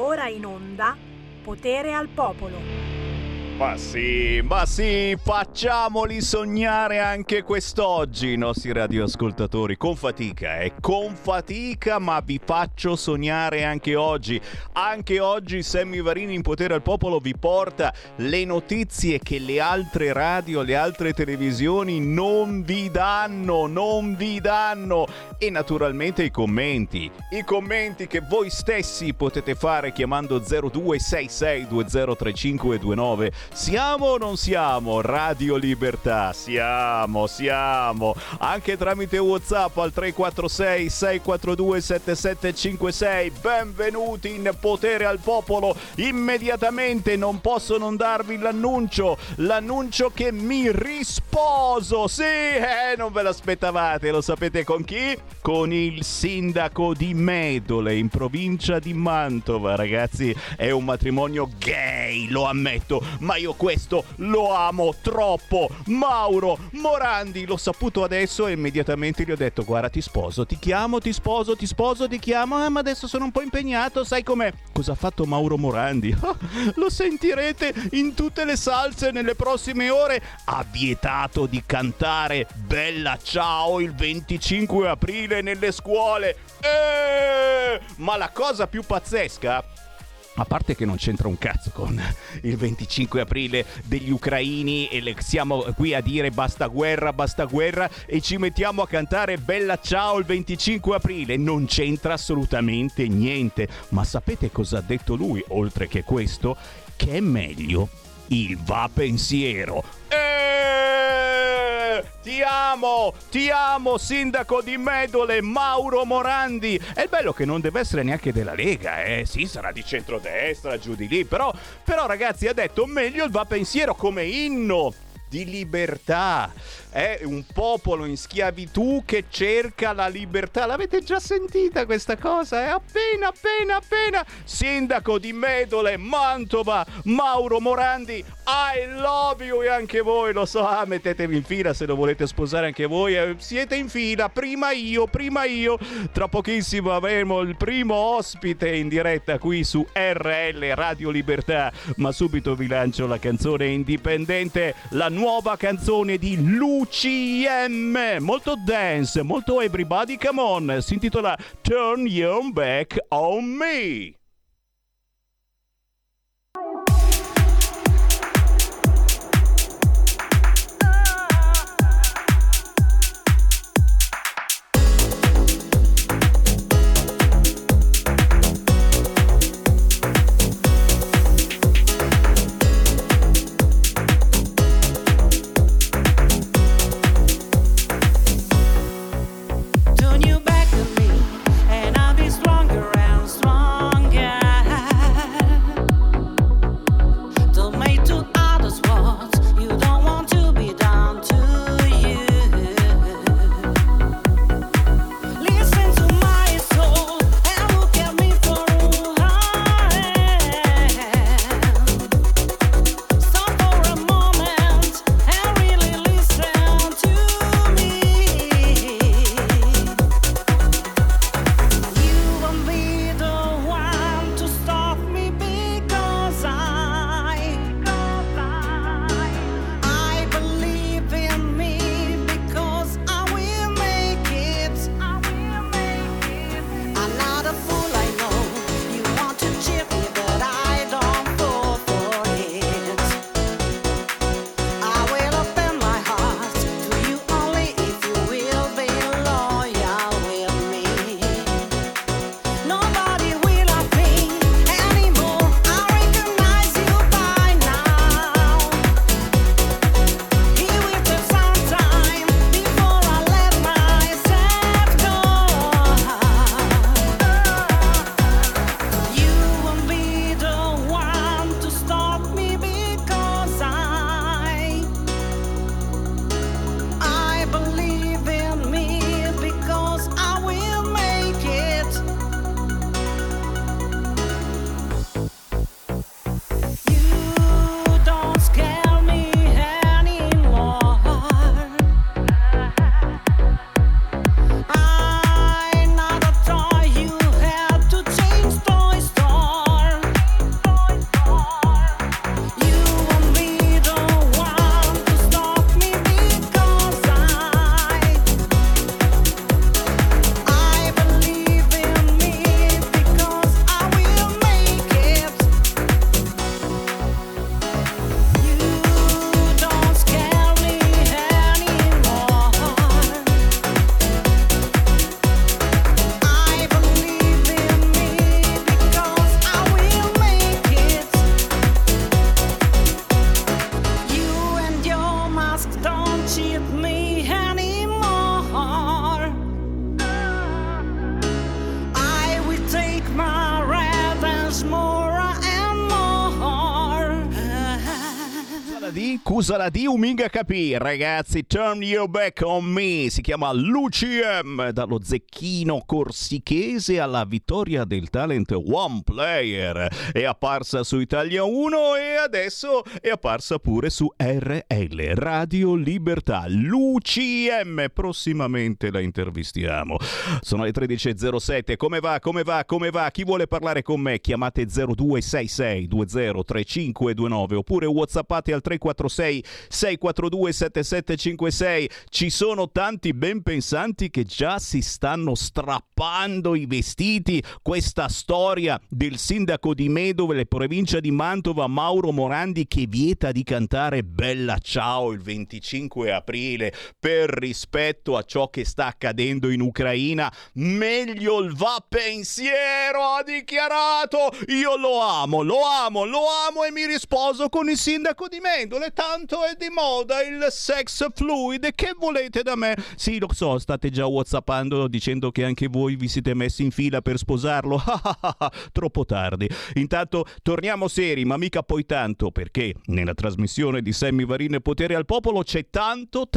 ora in onda Potere al Popolo. Ma sì, facciamoli sognare anche quest'oggi i nostri radioascoltatori, con fatica, ma vi faccio sognare anche oggi. Anche oggi Sammy Varini in Potere al Popolo vi porta le notizie che le altre radio, le altre televisioni non vi danno, e naturalmente i commenti che voi stessi potete fare chiamando 0266203529. Siamo o non siamo Radio Libertà? Siamo, anche tramite WhatsApp al 346 642 7756. Benvenuti in Potere al Popolo. Immediatamente non posso non darvi l'annuncio che mi risposo. Sì, non ve l'aspettavate, lo sapete con chi? Con il sindaco di Medole in provincia di Mantova. Ragazzi, è un matrimonio gay, lo ammetto, ma io questo lo amo troppo. Mauro Morandi, l'ho saputo adesso e immediatamente gli ho detto: guarda, ti sposo, ti chiamo, ti sposo, ti chiamo, ma adesso sono un po' impegnato, sai com'è? Cosa ha fatto Mauro Morandi? Lo sentirete in tutte le salse nelle prossime ore. Ha vietato di cantare Bella Ciao il 25 aprile nelle scuole. Ma la cosa più pazzesca, a parte che non c'entra un cazzo con il 25 aprile degli ucraini e siamo qui a dire basta guerra e ci mettiamo a cantare Bella Ciao il 25 aprile, non c'entra assolutamente niente. Ma sapete cosa ha detto lui, oltre che questo? Che è meglio il va pensiero. Ti amo, sindaco di Medole, Mauro Morandi. È bello che non deve essere neanche della Lega, sì, sarà di centrodestra, giù di lì, però ragazzi, ha detto meglio il va pensiero come inno di libertà. È un popolo in schiavitù che cerca la libertà. L'avete già sentita questa cosa? È appena sindaco di Medole, Mantova, Mauro Morandi. I love you. E anche voi, lo so, mettetevi in fila se lo volete sposare anche voi. Siete in fila, prima io. Tra pochissimo avremo il primo ospite in diretta qui su RL Radio Libertà, ma subito vi lancio la canzone indipendente, la nuova canzone di l'UCM, molto dance, molto everybody come on, si intitola Turn Your Back on Me. Turn your back on me and I'll be stronger and stronger. Cusaladi, Uminga Capì, ragazzi, Turn Your Back on Me, si chiama Luciem, dallo zecchino corsichese alla vittoria del talent One Player, è apparsa su Italia 1 e adesso è apparsa pure su RL, Radio Libertà. Luciem, prossimamente la intervistiamo. Sono le 13.07, come va? Chi vuole parlare con me? Chiamate 0266203529 oppure whatsappate al 346 642 7756. Ci sono tanti ben pensanti che già si stanno strappando i vestiti. Questa storia del sindaco di Medove, provincia di Mantova, Mauro Morandi, che vieta di cantare Bella Ciao il 25 aprile per rispetto a ciò che sta accadendo in Ucraina. Meglio il va pensiero, ha dichiarato. Io lo amo e mi risposo con il sindaco di Mendole, tanto è di moda il sex fluid, che volete da me? Sì, lo so, state già whatsappando dicendo che anche voi vi siete messi in fila per sposarlo. Troppo tardi. Intanto torniamo seri, ma mica poi tanto, perché nella trasmissione di Sammy Varin e Potere al Popolo c'è tanto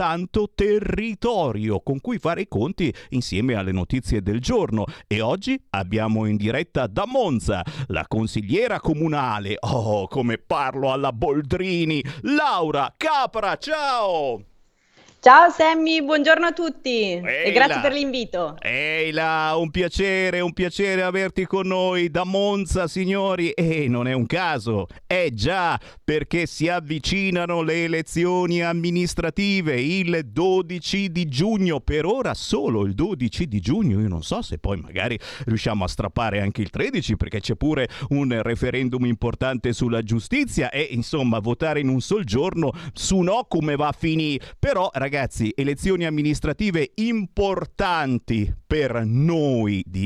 territorio con cui fare i conti insieme alle notizie del giorno. E oggi abbiamo in diretta da Monza la consigliera comunale, come parlo alla Boldrini, Laura Capra. Ciao! Ciao Sammy, buongiorno a tutti e grazie per l'invito. Ehi là, un piacere averti con noi da Monza, signori. E non è un caso, è già perché si avvicinano le elezioni amministrative il 12 di giugno, per ora solo il 12 di giugno, io non so se poi magari riusciamo a strappare anche il 13, perché c'è pure un referendum importante sulla giustizia e insomma votare in un sol giorno su no come va a finire. Però ragazzi, elezioni amministrative importanti per noi di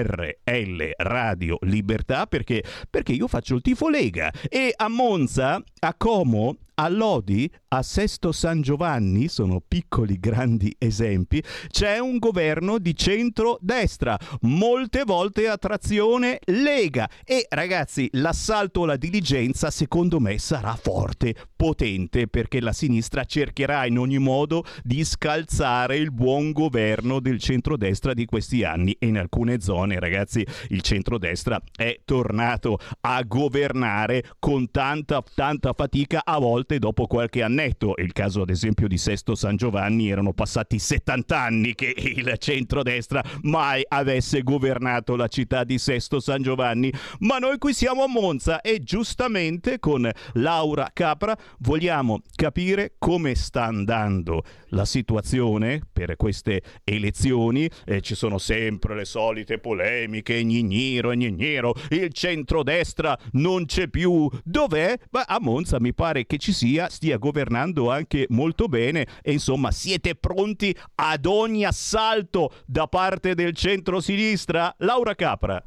RL Radio Libertà, perché io faccio il tifo Lega e a Monza, a Como, a Lodi, a Sesto San Giovanni, sono piccoli grandi esempi, c'è un governo di centro-destra, molte volte a trazione Lega. E ragazzi, l'assalto alla diligenza secondo me sarà forte, potente, perché la sinistra cercherà in ogni modo di scalzare il buon governo del centrodestra di questi anni, e in alcune zone, ragazzi, il centrodestra è tornato a governare con tanta fatica, a volte dopo qualche annetto. Il caso ad esempio di Sesto San Giovanni, erano passati 70 anni che il centrodestra mai avesse governato la città di Sesto San Giovanni. Ma noi qui siamo a Monza e giustamente con Laura Capra vogliamo capire come sta andando la situazione per queste elezioni. Ci sono sempre le solite polemiche, gnignero, il centrodestra non c'è più. Dov'è? Beh, a Monza mi pare che ci stia governando anche molto bene, e insomma siete pronti ad ogni assalto da parte del centro-sinistra? Laura Capra.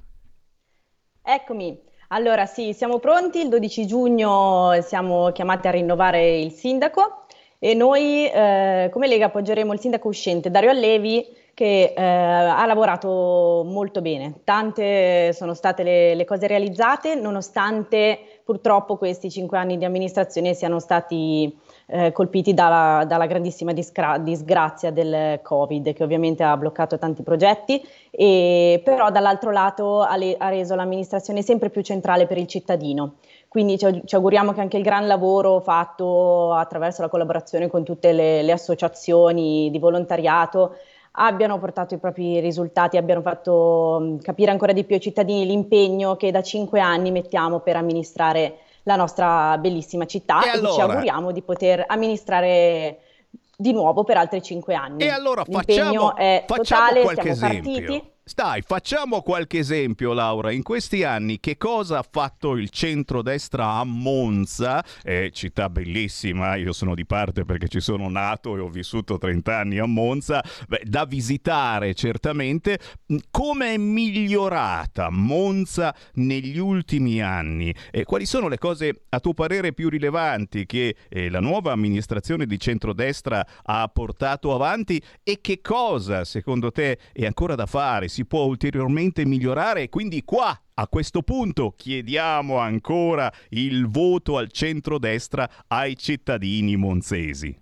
Eccomi. Allora sì, siamo pronti, il 12 giugno siamo chiamati a rinnovare il sindaco e noi come Lega appoggeremo il sindaco uscente Dario Allevi, che ha lavorato molto bene. Tante sono state le cose realizzate, nonostante purtroppo questi 5 anni di amministrazione siano stati colpiti dalla grandissima disgrazia del Covid, che ovviamente ha bloccato tanti progetti, però dall'altro lato ha reso l'amministrazione sempre più centrale per il cittadino. Quindi ci auguriamo che anche il gran lavoro fatto attraverso la collaborazione con tutte le associazioni di volontariato abbiano portato i propri risultati, abbiano fatto capire ancora di più ai cittadini l'impegno che da 5 anni mettiamo per amministrare la nostra bellissima città, e allora ci auguriamo di poter amministrare di nuovo per altri 5 anni. E allora l'impegno è totale, qualche siamo esempio. partiti. Facciamo qualche esempio, Laura. In questi anni che cosa ha fatto il centrodestra a Monza? Città bellissima, io sono di parte perché ci sono nato e ho vissuto 30 anni a Monza, da visitare certamente. Come è migliorata Monza negli ultimi anni? Quali sono le cose a tuo parere più rilevanti che la nuova amministrazione di centrodestra ha portato avanti, e che cosa secondo te è ancora da fare, sia si può ulteriormente migliorare, e quindi qua a questo punto chiediamo ancora il voto al centrodestra ai cittadini monzesi.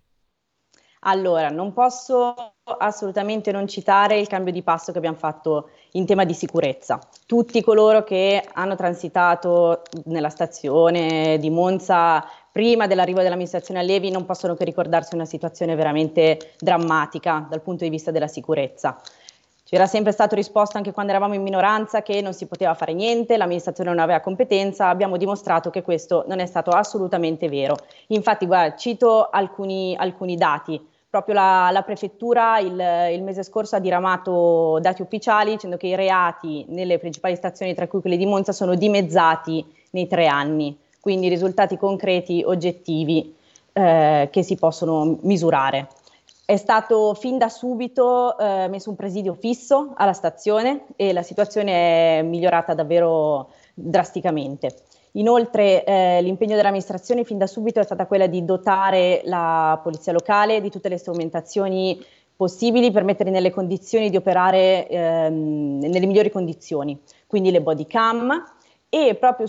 Allora, non posso assolutamente non citare il cambio di passo che abbiamo fatto in tema di sicurezza. Tutti coloro che hanno transitato nella stazione di Monza prima dell'arrivo dell'amministrazione Allevi non possono che ricordarsi una situazione veramente drammatica dal punto di vista della sicurezza. Ci era sempre stato risposto anche quando eravamo in minoranza che non si poteva fare niente, l'amministrazione non aveva competenza, abbiamo dimostrato che questo non è stato assolutamente vero. Infatti, guarda, cito alcuni dati. Proprio la prefettura il mese scorso ha diramato dati ufficiali dicendo che i reati nelle principali stazioni, tra cui quelle di Monza, sono dimezzati nei 3 anni, quindi risultati concreti, oggettivi, che si possono misurare. È stato fin da subito messo un presidio fisso alla stazione e la situazione è migliorata davvero drasticamente. Inoltre l'impegno dell'amministrazione fin da subito è stata quella di dotare la polizia locale di tutte le strumentazioni possibili per mettere nelle condizioni di operare nelle migliori condizioni, quindi le body cam, e proprio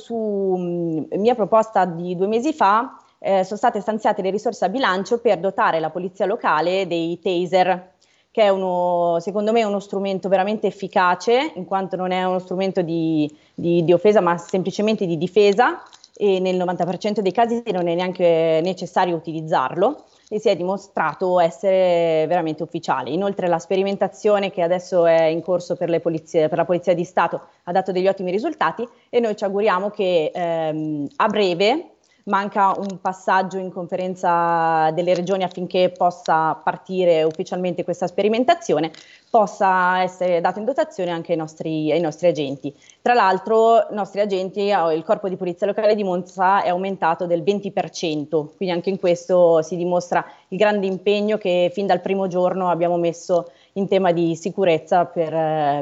su mia proposta di 2 mesi fa sono state stanziate le risorse a bilancio per dotare la polizia locale dei taser, che è secondo me uno strumento veramente efficace, in quanto non è uno strumento di offesa, ma semplicemente di difesa, e nel 90% dei casi non è neanche necessario utilizzarlo, e si è dimostrato essere veramente ufficiale. Inoltre la sperimentazione che adesso è in corso per la Polizia di Stato ha dato degli ottimi risultati, e noi ci auguriamo che a breve, manca un passaggio in conferenza delle regioni affinché possa partire ufficialmente questa sperimentazione, possa essere dato in dotazione anche ai nostri agenti. Tra l'altro i nostri agenti, il corpo di polizia locale di Monza è aumentato del 20%, quindi anche in questo si dimostra il grande impegno che fin dal primo giorno abbiamo messo in tema di sicurezza per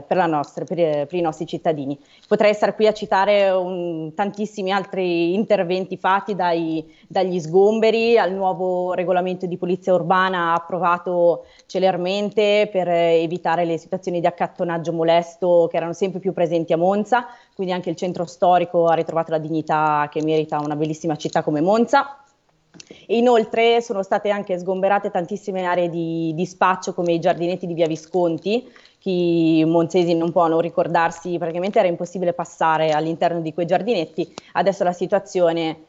i nostri cittadini. Potrei stare qui a citare tantissimi altri interventi fatti, dagli sgomberi al nuovo regolamento di polizia urbana approvato celermente per evitare le situazioni di accattonaggio molesto che erano sempre più presenti a Monza, quindi anche il centro storico ha ritrovato la dignità che merita una bellissima città come Monza. E inoltre sono state anche sgomberate tantissime aree di spaccio, come i giardinetti di via Visconti. Chi monzesi non può non ricordarsi, praticamente era impossibile passare all'interno di quei giardinetti. Adesso la situazione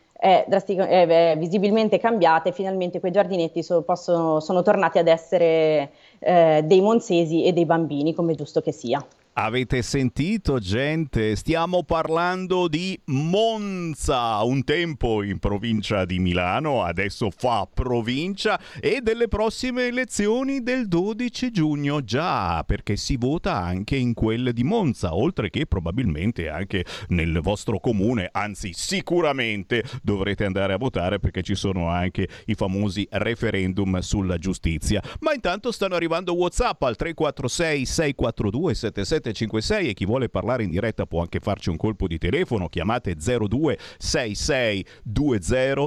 è visibilmente cambiata e finalmente quei giardinetti sono tornati ad essere dei monzesi e dei bambini, come è giusto che sia. Avete sentito, gente? Stiamo parlando di Monza, un tempo in provincia di Milano, adesso fa provincia, e delle prossime elezioni del 12 giugno, già, perché si vota anche in quelle di Monza, oltre che probabilmente anche nel vostro comune, anzi sicuramente dovrete andare a votare perché ci sono anche i famosi referendum sulla giustizia. Ma intanto stanno arrivando WhatsApp al 346 642 7756 e chi vuole parlare in diretta può anche farci un colpo di telefono, chiamate 02 66 20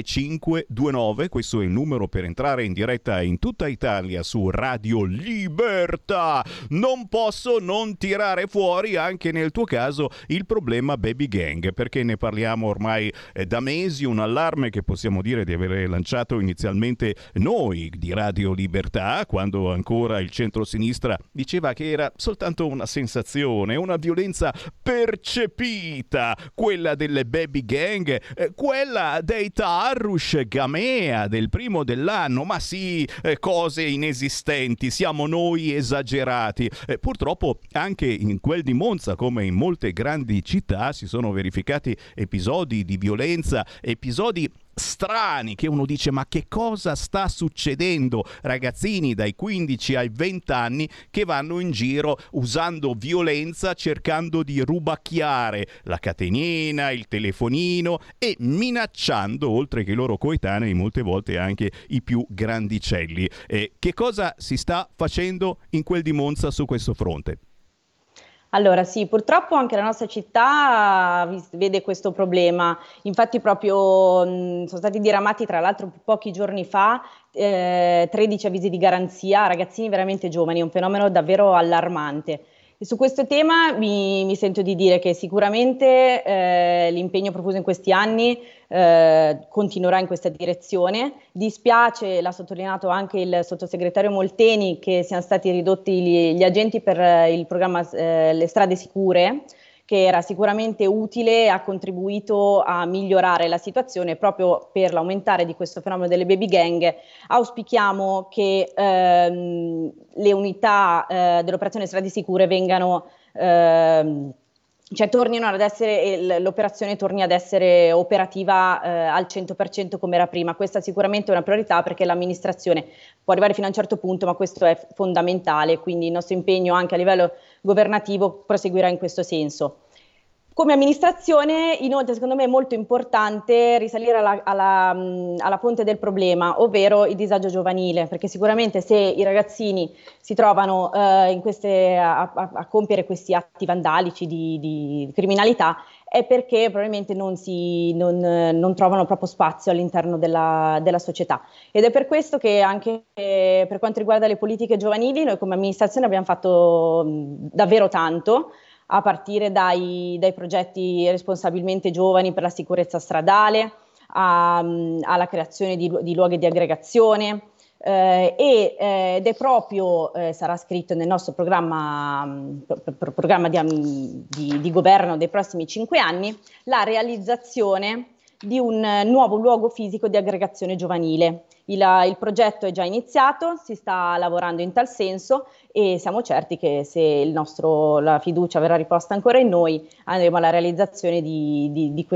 3529, questo è il numero per entrare in diretta in tutta Italia su Radio Libertà. Non posso non tirare fuori anche nel tuo caso il problema baby gang, perché ne parliamo ormai da mesi, un allarme che possiamo dire di aver lanciato inizialmente noi di Radio Libertà, quando ancora il centro-sinistra diceva che era soltanto una sensazione, una violenza percepita, quella delle baby gang, quella dei Taarrush Gamea del primo dell'anno, ma sì, cose inesistenti, siamo noi esagerati. Purtroppo anche in quel di Monza, come in molte grandi città, si sono verificati episodi di violenza, episodi strani che uno dice: ma che cosa sta succedendo? Ragazzini dai 15 ai 20 anni che vanno in giro usando violenza, cercando di rubacchiare la catenina, il telefonino e minacciando, oltre che i loro coetanei, molte volte anche i più grandicelli. Che cosa si sta facendo in quel di Monza su questo fronte? Allora sì, purtroppo anche la nostra città vede questo problema, infatti proprio sono stati diramati tra l'altro pochi giorni fa 13 avvisi di garanzia a ragazzini veramente giovani, è un fenomeno davvero allarmante. E su questo tema mi sento di dire che sicuramente l'impegno profuso in questi anni continuerà in questa direzione. Dispiace, l'ha sottolineato anche il sottosegretario Molteni, che siano stati ridotti gli agenti per il programma Le Strade Sicure, che era sicuramente utile, ha contribuito a migliorare la situazione proprio per l'aumentare di questo fenomeno delle baby gang. Auspichiamo che le unità dell'operazione Strade Sicure vengano tornino ad essere, l'operazione torni ad essere operativa al 100% come era prima. Questa sicuramente è una priorità, perché l'amministrazione può arrivare fino a un certo punto, ma questo è fondamentale, quindi il nostro impegno anche a livello governativo proseguirà in questo senso. Come amministrazione, inoltre, secondo me è molto importante risalire alla fonte del problema, ovvero il disagio giovanile, perché sicuramente se i ragazzini si trovano a compiere questi atti vandalici di criminalità, è perché probabilmente non trovano proprio spazio all'interno della società. Ed è per questo che anche per quanto riguarda le politiche giovanili, noi come amministrazione abbiamo fatto davvero tanto, a partire dai progetti responsabilmente giovani per la sicurezza stradale, alla creazione di luoghi di aggregazione, ed è proprio, sarà scritto nel nostro programma di governo dei prossimi 5 anni, la realizzazione di un nuovo luogo fisico di aggregazione giovanile. Il progetto è già iniziato, si sta lavorando in tal senso, e siamo certi che se la fiducia verrà riposta ancora in noi, andremo alla realizzazione di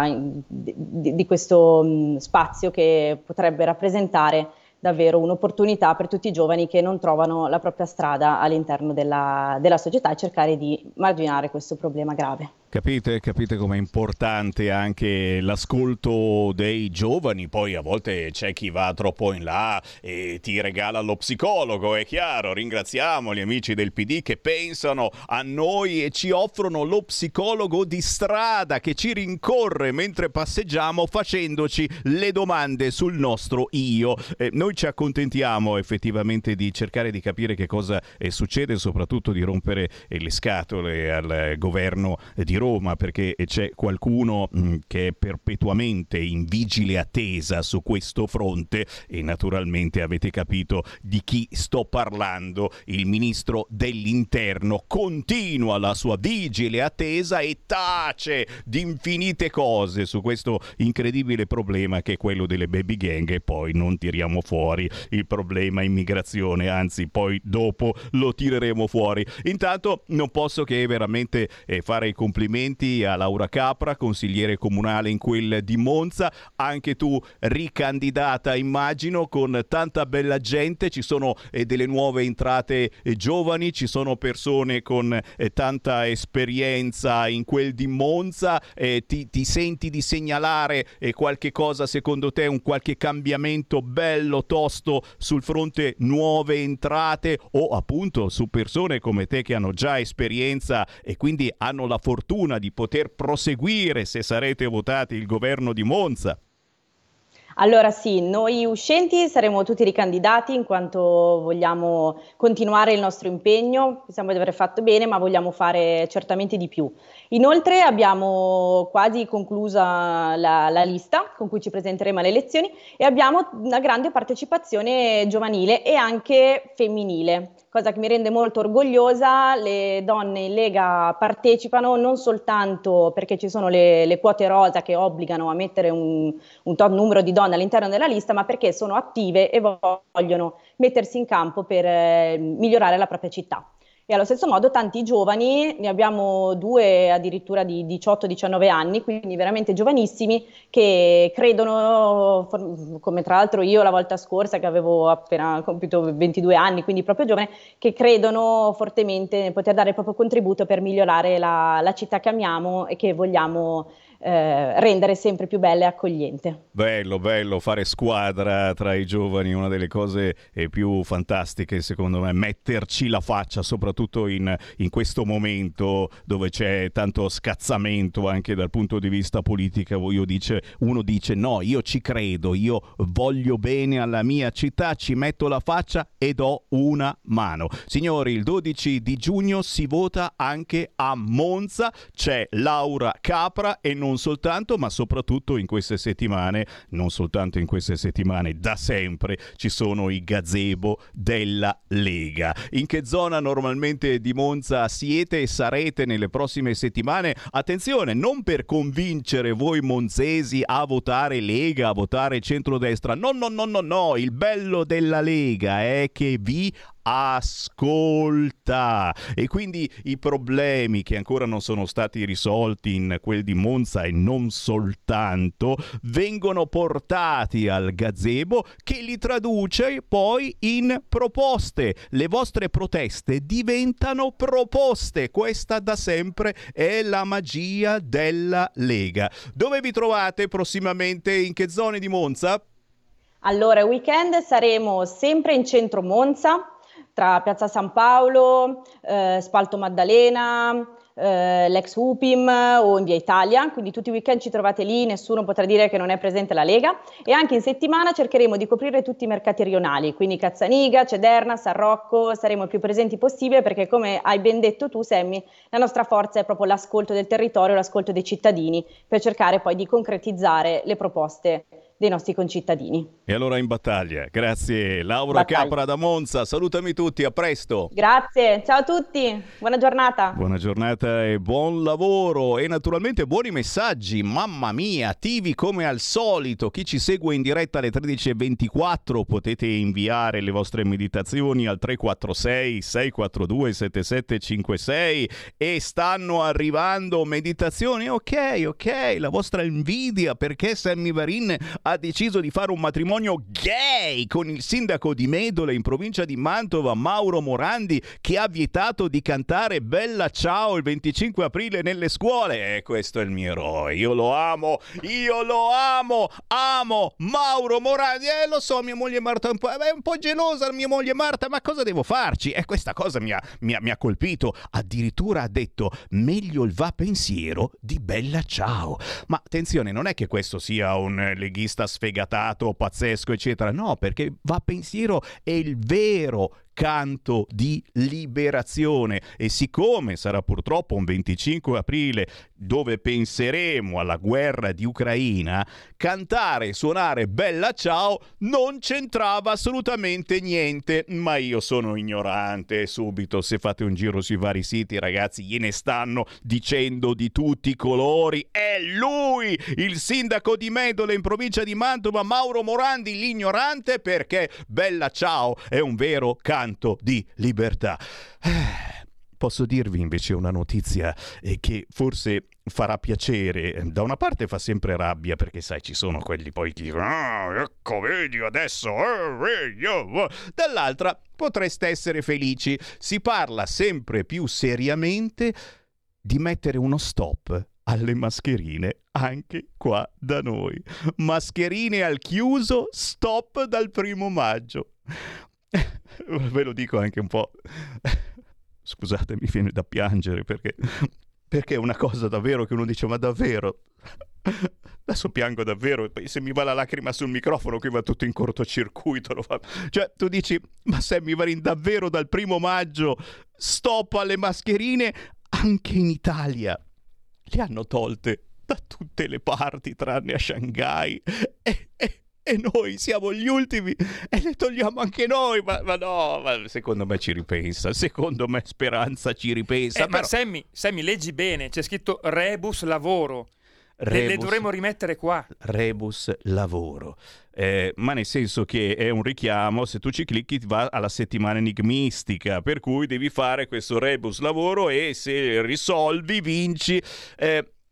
questo spazio, che potrebbe rappresentare davvero un'opportunità per tutti i giovani che non trovano la propria strada all'interno della società, e cercare di marginare questo problema grave. Capite com'è importante anche l'ascolto dei giovani. Poi a volte c'è chi va troppo in là e ti regala lo psicologo, è chiaro. Ringraziamo gli amici del PD che pensano a noi e ci offrono lo psicologo di strada, che ci rincorre mentre passeggiamo facendoci le domande sul nostro io. Noi ci accontentiamo effettivamente di cercare di capire che cosa succede, soprattutto di rompere le scatole al governo di Roma, perché c'è qualcuno che è perpetuamente in vigile attesa su questo fronte, e naturalmente avete capito di chi sto parlando. Il ministro dell'Interno continua la sua vigile attesa e tace di infinite cose su questo incredibile problema che è quello delle baby gang, e poi non tiriamo fuori il problema immigrazione, anzi poi dopo lo tireremo fuori. Intanto non posso che veramente fare i complimenti a Laura Capra, consigliere comunale in quel di Monza. Anche tu ricandidata, immagino, con tanta bella gente. Ci sono delle nuove entrate giovani, ci sono persone con tanta esperienza in quel di Monza. Ti senti di segnalare qualche cosa, secondo te, un qualche cambiamento bello tosto sul fronte nuove entrate, o appunto su persone come te che hanno già esperienza e quindi hanno la fortuna di poter proseguire, se sarete votati, il governo di Monza? Allora sì, noi uscenti saremo tutti ricandidati, in quanto vogliamo continuare il nostro impegno. Pensiamo di aver fatto bene, ma vogliamo fare certamente di più. Inoltre abbiamo quasi conclusa la lista con cui ci presenteremo alle elezioni, e abbiamo una grande partecipazione giovanile e anche femminile, cosa che mi rende molto orgogliosa. Le donne in Lega partecipano non soltanto perché ci sono le quote rosa che obbligano a mettere un tot numero di donne all'interno della lista, ma perché sono attive e vogliono mettersi in campo per migliorare la propria città. E allo stesso modo tanti giovani, ne abbiamo 2 addirittura di 18-19 anni, quindi veramente giovanissimi, che credono, come tra l'altro io la volta scorsa che avevo appena compiuto 22 anni, quindi proprio giovane, che credono fortemente di poter dare il proprio contributo per migliorare la città che amiamo e che vogliamo rendere sempre più bella e accogliente. Bello, bello fare squadra tra i giovani, una delle cose più fantastiche secondo me, metterci la faccia, soprattutto in questo momento dove c'è tanto scazzamento anche dal punto di vista politico. Uno dice no, io ci credo, io voglio bene alla mia città, ci metto la faccia e do una mano. Signori, il 12 di giugno si vota anche a Monza, c'è Laura Capra e non soltanto, ma soprattutto in queste settimane, non soltanto in queste settimane, da sempre ci sono i gazebo della Lega. In che zona normalmente di Monza siete e sarete nelle prossime settimane? Attenzione, non per convincere voi monzesi a votare Lega, a votare centrodestra, no, il bello della Lega è che vi ascolta e quindi i problemi che ancora non sono stati risolti in quel di Monza e non soltanto vengono portati al gazebo che li traduce poi in proposte. Le vostre proteste diventano proposte. Questa da sempre è la magia della Lega. Dove vi trovate prossimamente? In che zone di Monza? Allora, weekend saremo sempre in centro Monza, tra Piazza San Paolo, Spalto Maddalena, l'ex Upim o in Via Italia, quindi tutti i weekend ci trovate lì, nessuno potrà dire che non è presente la Lega, e anche in settimana cercheremo di coprire tutti i mercati rionali, quindi Cazzaniga, Cederna, San Rocco, saremo il più presenti possibile perché, come hai ben detto tu Sammy, la nostra forza è proprio l'ascolto del territorio, l'ascolto dei cittadini, per cercare poi di concretizzare le proposte dei nostri concittadini. E allora in battaglia. Grazie Laura Capra da Monza, salutami tutti, a presto. Grazie, ciao a tutti, buona giornata. Buona giornata e buon lavoro e naturalmente buoni messaggi, mamma mia, attivi come al solito. Chi ci segue in diretta alle 13.24 potete inviare le vostre meditazioni al 346 642 7756 e stanno arrivando meditazioni, ok, la vostra invidia perché Sammy Varin ha deciso di fare un matrimonio gay con il sindaco di Medole in provincia di Mantova, Mauro Morandi, che ha vietato di cantare Bella Ciao il 25 aprile nelle scuole. E questo è il mio eroe, io lo amo Mauro Morandi. Lo so, mia moglie Marta è un po' gelosa, mia moglie Marta, ma cosa devo farci? E questa cosa mi ha colpito, addirittura ha detto meglio il va pensiero di Bella Ciao. Ma attenzione, non è che questo sia un leghista sfegatato, pazzesco, eccetera. No, perché va pensiero è il vero canto di liberazione e siccome sarà purtroppo un 25 aprile dove penseremo alla guerra di Ucraina, cantare e suonare Bella Ciao non c'entrava assolutamente niente, ma io sono ignorante. Subito, se fate un giro sui vari siti, ragazzi, gliene stanno dicendo di tutti i colori. È lui, il sindaco di Medole in provincia di Mantova, Mauro Morandi, l'ignorante, perché Bella Ciao è un vero canto di libertà. Posso dirvi invece una notizia che forse farà piacere. Da una parte fa sempre rabbia perché sai ci sono quelli poi che dicono ecco vedi adesso dall'altra potreste essere felici. Si parla sempre più seriamente di mettere uno stop alle mascherine anche qua da noi. Mascherine al chiuso, stop dal 1 maggio. Ve lo dico anche un po', scusate, mi viene da piangere perché è una cosa davvero che uno dice ma davvero, adesso piango davvero, se mi va la lacrima sul microfono qui va tutto in cortocircuito, cioè tu dici ma Sammy Varin davvero dal 1 maggio stop alle mascherine anche in Italia, le hanno tolte da tutte le parti tranne a Shanghai e noi siamo gli ultimi e le togliamo anche noi, ma no, ma secondo me ci ripensa, secondo me Speranza ci ripensa. Ma Sammy, leggi bene, c'è scritto rebus lavoro, le dovremmo rimettere qua. Rebus lavoro, ma nel senso che è un richiamo, se tu ci clicchi ti va alla settimana enigmistica, per cui devi fare questo rebus lavoro e se risolvi vinci.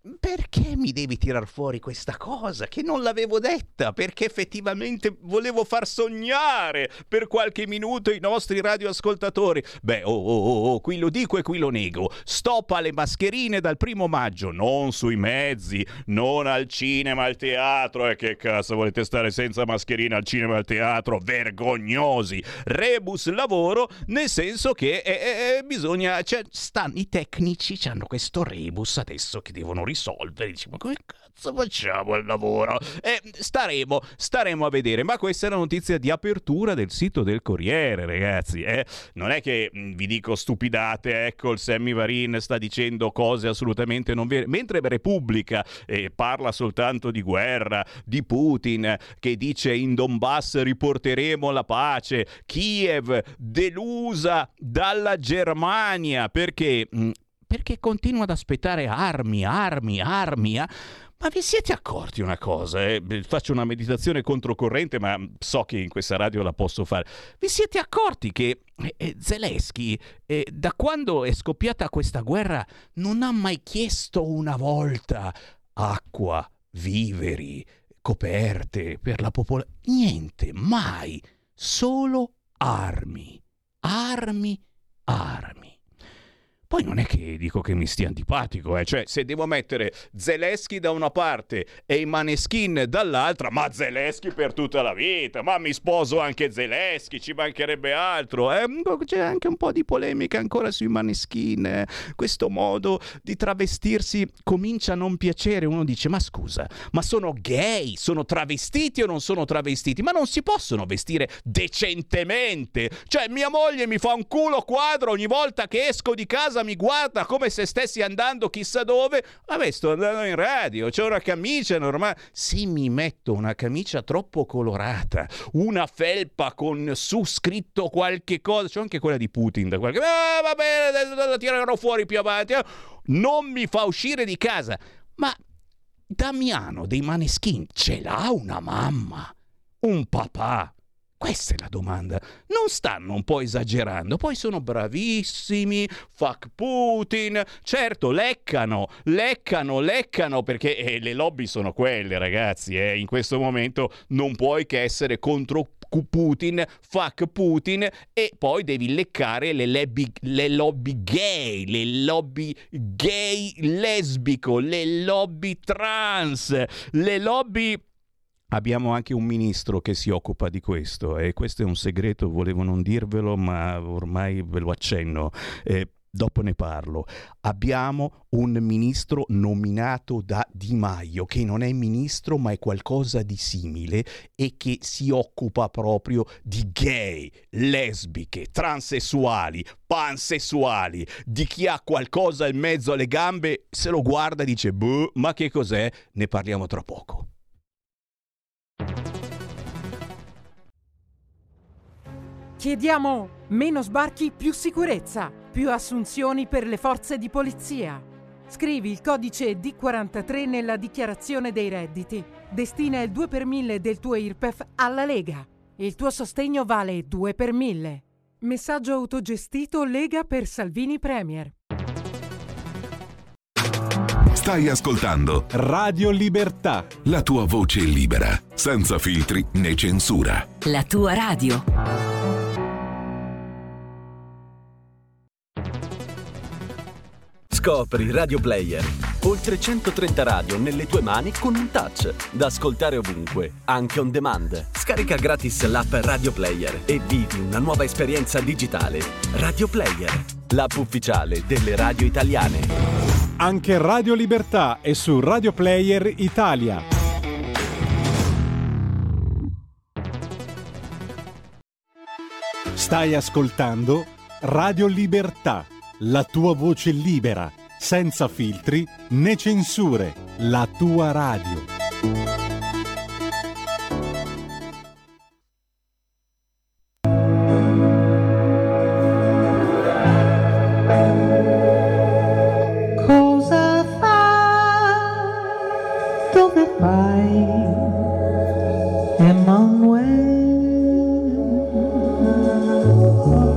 perché mi devi tirar fuori questa cosa che non l'avevo detta? Perché effettivamente volevo far sognare per qualche minuto i nostri radioascoltatori. Beh, qui lo dico e qui lo nego. Stop alle mascherine dal 1 maggio, non sui mezzi, non al cinema, al teatro. E che cazzo volete stare senza mascherine al cinema e al teatro? Vergognosi. Rebus lavoro, nel senso che bisogna, cioè, i tecnici hanno questo rebus adesso che devono risolvere. Dici, ma come cazzo facciamo il lavoro? Staremo a vedere. Ma questa è la notizia di apertura del sito del Corriere, ragazzi. Non è che vi dico stupidate, ecco, il Sammy Varin sta dicendo cose assolutamente non vere, mentre Repubblica parla soltanto di guerra, di Putin che dice in Donbass riporteremo la pace, Kiev delusa dalla Germania perché continua ad aspettare armi. Ma vi siete accorti una cosa? Faccio una meditazione controcorrente, ma so che in questa radio la posso fare. Vi siete accorti che Zelensky, da quando è scoppiata questa guerra, non ha mai chiesto una volta acqua, viveri, coperte per la popolazione? Niente, mai. Solo armi. Poi non è che dico che mi stia antipatico, cioè se devo mettere Zelensky da una parte e i Maneskin dall'altra, ma Zelensky per tutta la vita, ma mi sposo anche Zelensky, ci mancherebbe altro. C'è anche un po' di polemica ancora sui Maneskin, questo modo di travestirsi comincia a non piacere. Uno dice, ma scusa, ma sono gay, sono travestiti o non sono travestiti? Ma non si possono vestire decentemente? Cioè mia moglie mi fa un culo quadro ogni volta che esco di casa, mi guarda come se stessi andando chissà dove. Vabbè, sto andando in radio, c'è una camicia normale. Se mi metto una camicia troppo colorata, una felpa con su scritto qualche cosa, c'è anche quella di Putin da qualche... va bene, la tirerò fuori più avanti, non mi fa uscire di casa. Ma Damiano dei Maneskin ce l'ha una mamma, un papà? Questa è la domanda. Non stanno un po' esagerando? Poi sono bravissimi, fuck Putin. Certo, leccano, perché le lobby sono quelle, ragazzi. In questo momento non puoi che essere contro Putin, fuck Putin, e poi devi leccare le lobby gay, le lobby gay lesbico, le lobby trans, le lobby... Abbiamo anche un ministro che si occupa di questo e questo è un segreto, volevo non dirvelo ma ormai ve lo accenno, dopo ne parlo. Abbiamo un ministro nominato da Di Maio che non è ministro ma è qualcosa di simile e che si occupa proprio di gay, lesbiche, transessuali, pansessuali, di chi ha qualcosa in mezzo alle gambe, se lo guarda e dice boh, ma che cos'è? Ne parliamo tra poco. Chiediamo meno sbarchi, più sicurezza, più assunzioni per le forze di polizia. Scrivi il codice D43 nella dichiarazione dei redditi. Destina il 2 per 1000 del tuo IRPEF alla Lega. Il tuo sostegno vale 2 per 1000. Messaggio autogestito Lega per Salvini Premier. Stai ascoltando Radio Libertà. La tua voce libera, senza filtri né censura. La tua radio. Scopri Radio Player. Oltre 130 radio nelle tue mani con un touch. Da ascoltare ovunque, anche on demand. Scarica gratis l'app Radio Player e vivi una nuova esperienza digitale. Radio Player, l'app ufficiale delle radio italiane. Anche Radio Libertà è su Radio Player Italia. Stai ascoltando Radio Libertà, la tua voce libera, senza filtri né censure, la tua radio. Cosa fai? Dove vai? Emanuele.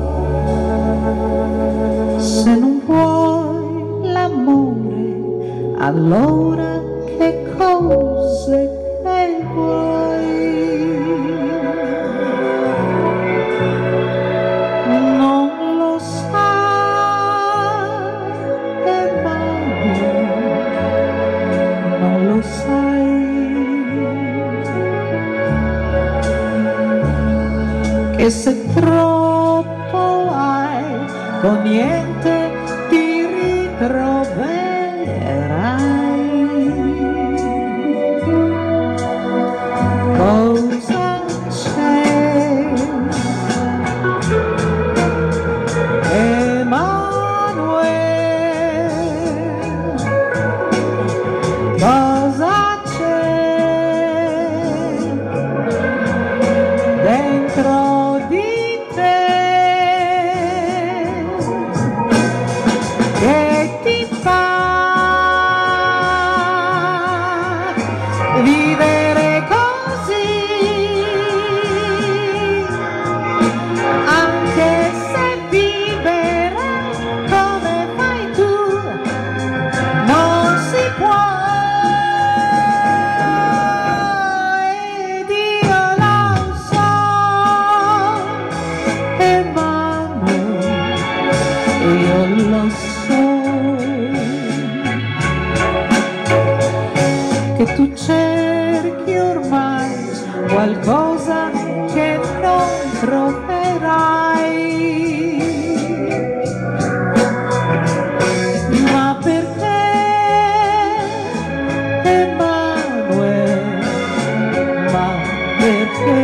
Se non vuoi l'amore, allora che cose che vuoi? Non lo sai, Emanuele, non lo sai, che se troppo hai, con niente ti ritroverai. Cosa c'è, Emanuele? Cosa c'è dentro di te che ti fa vivere così, anche se vivere come fai tu non si può, ed io lo so, Emanuele, io lo so, che tu cerchi ormai qualcosa che non troverai, ma perché, Emanuele, ma perché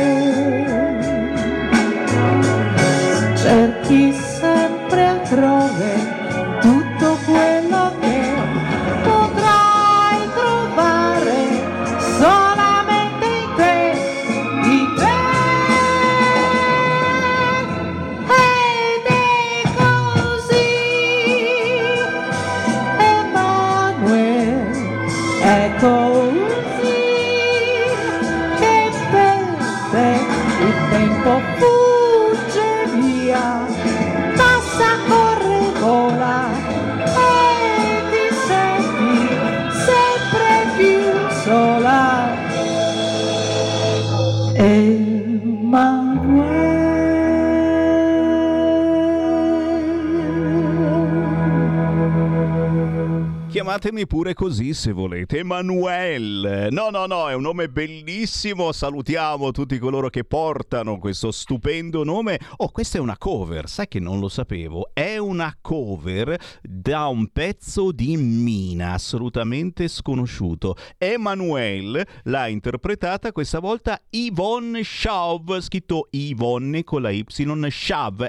cerchi sempre altrove tutto quello che potrai trovare solamente in te, in te. Ed è così, Emanuele, è così che per te il tempo fugge via, passa, corre, vola e ti senti sempre più sola, Emanuele. Chiamatemi pure così se volete, Emanuele. No, è un nome bellissimo. Salutiamo tutti coloro che portano questo stupendo nome. Oh, questa è una cover, sai che non lo sapevo. È una cover da un pezzo di Mina, assolutamente sconosciuto. Emanuele l'ha interpretata questa volta Yvonne Schav, scritto Yvonne con la Y, Schav,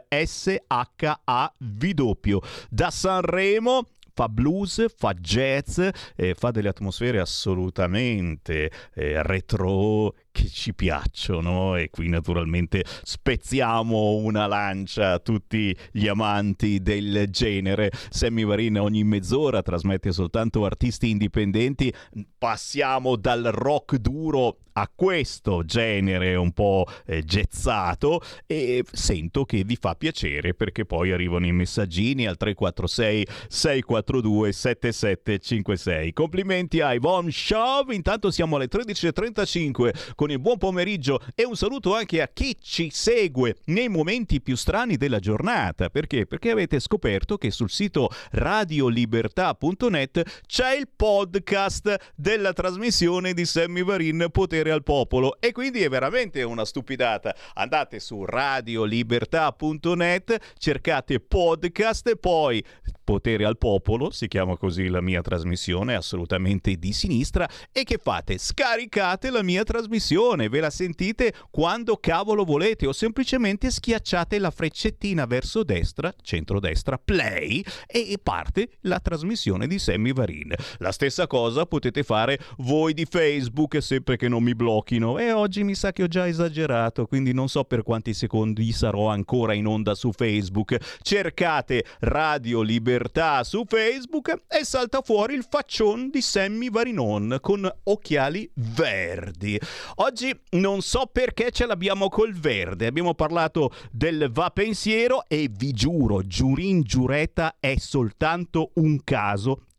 S-H-A-V. Da Sanremo. Fa blues, fa jazz, fa delle atmosfere assolutamente retro che ci piacciono, e qui naturalmente spezziamo una lancia a tutti gli amanti del genere. Sammy Varin ogni mezz'ora trasmette soltanto artisti indipendenti. Passiamo dal rock duro a questo genere un po' jazzato, e sento che vi fa piacere, perché poi arrivano i messaggini al 346 642 7756. Complimenti a Yvonne Schav. Intanto siamo alle 13:35 con il buon pomeriggio, e un saluto anche a chi ci segue nei momenti più strani della giornata. Perché avete scoperto che sul sito radiolibertà.net c'è il podcast della trasmissione di Sammy Varin Potere al Popolo, e quindi è veramente una stupidata. Andate su radiolibertà.net, cercate podcast e poi Potere al Popolo, si chiama così la mia trasmissione, assolutamente di sinistra. E che fate? Scaricate la mia trasmissione, ve la sentite quando cavolo volete, o semplicemente schiacciate la freccettina verso destra, centrodestra, play, e parte la trasmissione di Sammy Varin. La stessa cosa potete fare voi di Facebook, sempre che non mi blocchino, e oggi mi sa che ho già esagerato, quindi non so per quanti secondi sarò ancora in onda su Facebook. Cercate Radio Libertà su Facebook e salta fuori il faccione di Sammy Varinon con occhiali verdi. Oggi non so perché ce l'abbiamo col verde. Abbiamo parlato del va pensiero, e vi giuro, giurin giureta, è soltanto un caso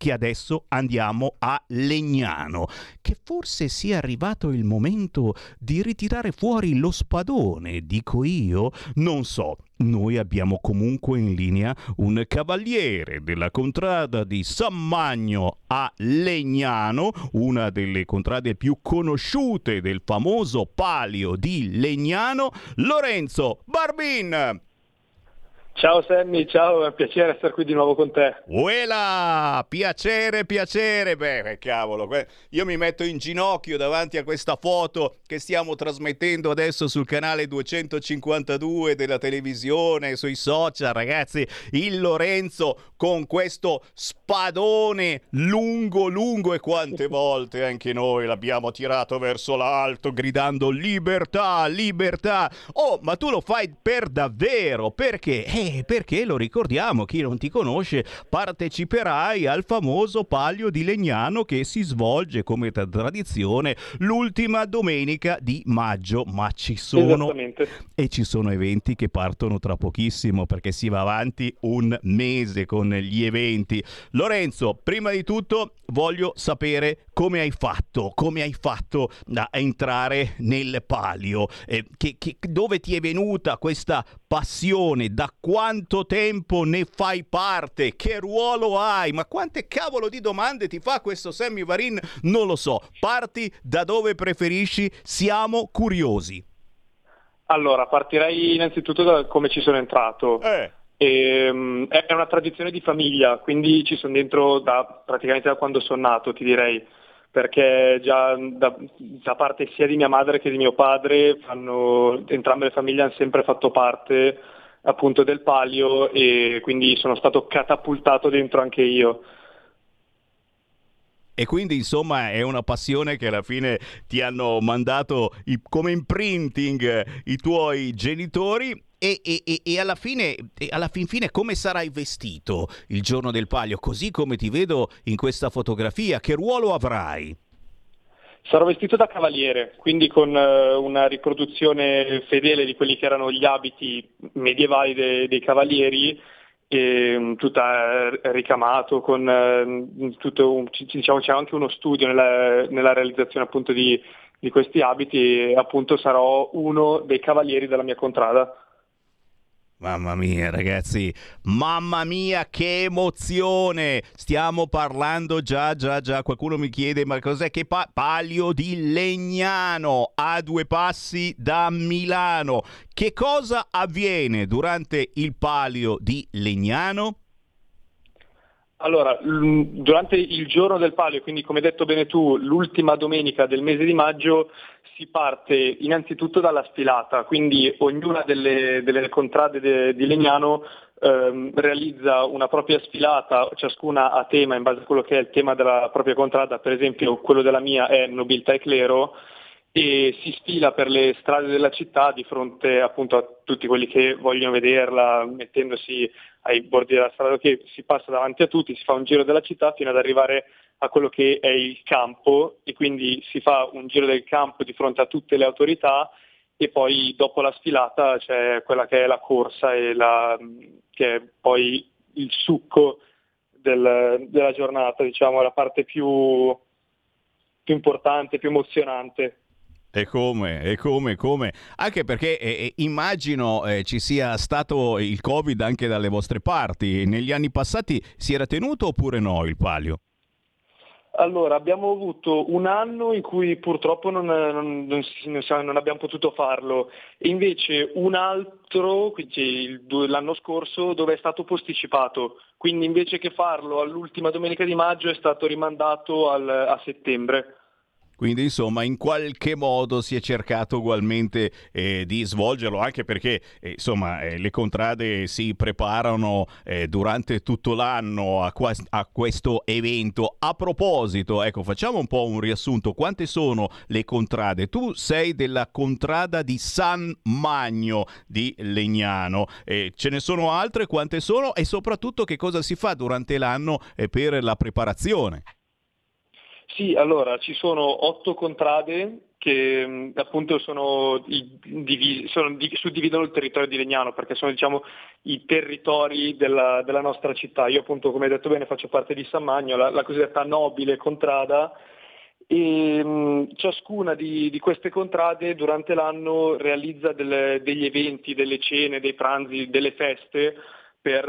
che adesso andiamo a Legnano, che forse sia arrivato il momento di ritirare fuori lo spadone, dico io, non so. Noi abbiamo comunque in linea un cavaliere della contrada di San Magno a Legnano, una delle contrade più conosciute del famoso palio di Legnano, Lorenzo Barbin. Ciao Sammy, ciao, è un piacere essere qui di nuovo con te. Uela, piacere. Beh, cavolo, io mi metto in ginocchio davanti a questa foto che stiamo trasmettendo adesso sul canale 252 della televisione, sui social, ragazzi. Il Lorenzo con questo spadone lungo, e quante volte anche noi l'abbiamo tirato verso l'alto gridando libertà. Oh, ma tu lo fai per davvero, perché? Perché lo ricordiamo, chi non ti conosce, parteciperai al famoso palio di Legnano che si svolge come tradizione l'ultima domenica di maggio, ma ci sono eventi che partono tra pochissimo, perché si va avanti un mese con gli eventi. Lorenzo, prima di tutto voglio sapere come hai fatto a entrare nel palio, dove ti è venuta questa passione, da quanto tempo ne fai parte, che ruolo hai, ma quante cavolo di domande ti fa questo Sammy Varin, non lo so. Parti da dove preferisci, siamo curiosi. Allora, partirei innanzitutto da come ci sono entrato. È una tradizione di famiglia, quindi ci sono dentro praticamente da quando sono nato, ti direi, perché già da parte sia di mia madre che di mio padre entrambe le famiglie hanno sempre fatto parte appunto del palio, e quindi sono stato catapultato dentro anche io. E quindi insomma è una passione che alla fine ti hanno mandato come imprinting i tuoi genitori. E alla fin fine come sarai vestito il giorno del palio, così come ti vedo in questa fotografia? Che ruolo avrai? Sarò vestito da cavaliere, quindi con una riproduzione fedele di quelli che erano gli abiti medievali dei cavalieri, tutta ricamato, con diciamo c'è anche uno studio nella realizzazione appunto di questi abiti, e appunto sarò uno dei cavalieri della mia contrada. Mamma mia, ragazzi, mamma mia, che emozione! Stiamo parlando già, qualcuno mi chiede, ma cos'è che palio di Legnano, a 2 passi da Milano. Che cosa avviene durante il palio di Legnano? Allora, durante il giorno del palio, quindi come hai detto bene tu, l'ultima domenica del mese di maggio, si parte innanzitutto dalla sfilata, quindi ognuna delle contrade di Legnano realizza una propria sfilata, ciascuna a tema in base a quello che è il tema della propria contrada. Per esempio quello della mia è nobiltà e clero, e si sfila per le strade della città di fronte appunto a tutti quelli che vogliono vederla, mettendosi ai bordi della strada, che si passa davanti a tutti, si fa un giro della città fino ad arrivare a quello che è il campo, e quindi si fa un giro del campo di fronte a tutte le autorità, e poi dopo la sfilata c'è quella che è la corsa, che è poi il succo della giornata, diciamo, la parte più importante, più emozionante. E come? Anche perché immagino ci sia stato il Covid anche dalle vostre parti. Negli anni passati si era tenuto oppure no il palio? Allora, abbiamo avuto un anno in cui purtroppo non abbiamo potuto farlo, e invece un altro, quindi l'anno scorso, dove è stato posticipato. Quindi invece che farlo all'ultima domenica di maggio è stato rimandato a settembre. Quindi insomma in qualche modo si è cercato ugualmente di svolgerlo, anche perché le contrade si preparano durante tutto l'anno a questo evento. A proposito, ecco, facciamo un po' un riassunto. Quante sono le contrade? Tu sei della contrada di San Magno di Legnano, ce ne sono altre? Quante sono? E soprattutto che cosa si fa durante l'anno per la preparazione? Sì, allora ci sono 8 contrade che appunto suddividono il territorio di Legnano, perché sono diciamo i territori della nostra città. Io appunto, come hai detto bene, faccio parte di San Magno, la cosiddetta nobile contrada, e ciascuna di queste contrade durante l'anno realizza degli eventi, delle cene, dei pranzi, delle feste per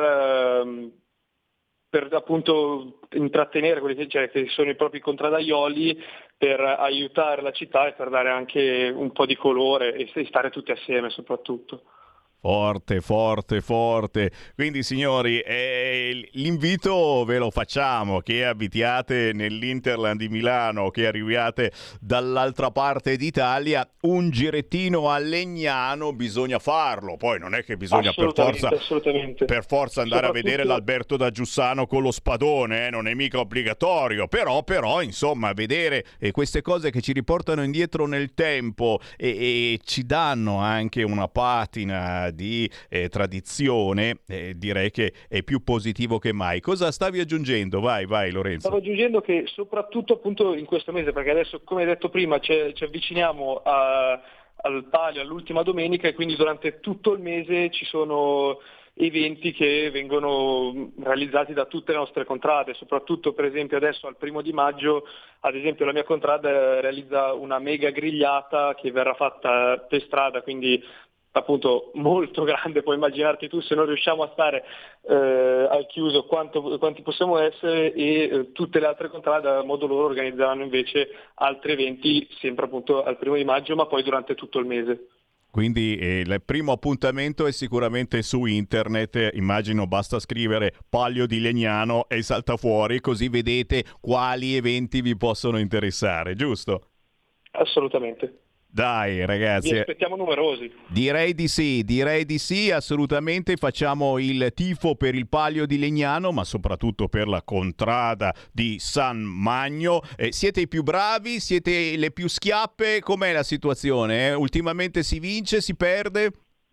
appunto intrattenere quelli che sono i propri contradaioli, per aiutare la città e per dare anche un po' di colore e stare tutti assieme soprattutto. Forte, forte, forte. Quindi signori, l'invito ve lo facciamo, che abitiate nell'Interland di Milano, che arriviate dall'altra parte d'Italia, un girettino a Legnano bisogna farlo. Poi non è che bisogna per forza andare a vedere l'Alberto da Giussano con lo spadone, non è mica obbligatorio, però insomma vedere queste cose che ci riportano indietro nel tempo e ci danno anche una patina di tradizione, direi che è più positivo che mai. Cosa stavi aggiungendo? Vai Lorenzo. Stavo aggiungendo che soprattutto appunto in questo mese, perché adesso, come hai detto prima, ci avviciniamo al Palio, all'ultima domenica, e quindi durante tutto il mese ci sono eventi che vengono realizzati da tutte le nostre contrade, soprattutto per esempio adesso al 1° di maggio, ad esempio la mia contrada realizza una mega grigliata che verrà fatta per strada, quindi appunto molto grande. Puoi immaginarti tu, se non riusciamo a stare al chiuso quanti possiamo essere, e tutte le altre contrade a modo loro organizzeranno invece altri eventi sempre appunto al 1° di maggio, ma poi durante tutto il mese. Quindi il primo appuntamento è sicuramente su internet, immagino basta scrivere Palio di Legnano e salta fuori, così vedete quali eventi vi possono interessare, giusto? Assolutamente. Dai ragazzi, vi aspettiamo numerosi. Direi di sì, assolutamente. Facciamo il tifo per il Palio di Legnano, ma soprattutto per la contrada di San Magno. Siete i più bravi? Siete le più schiappe? Com'è la situazione? Ultimamente si vince, si perde?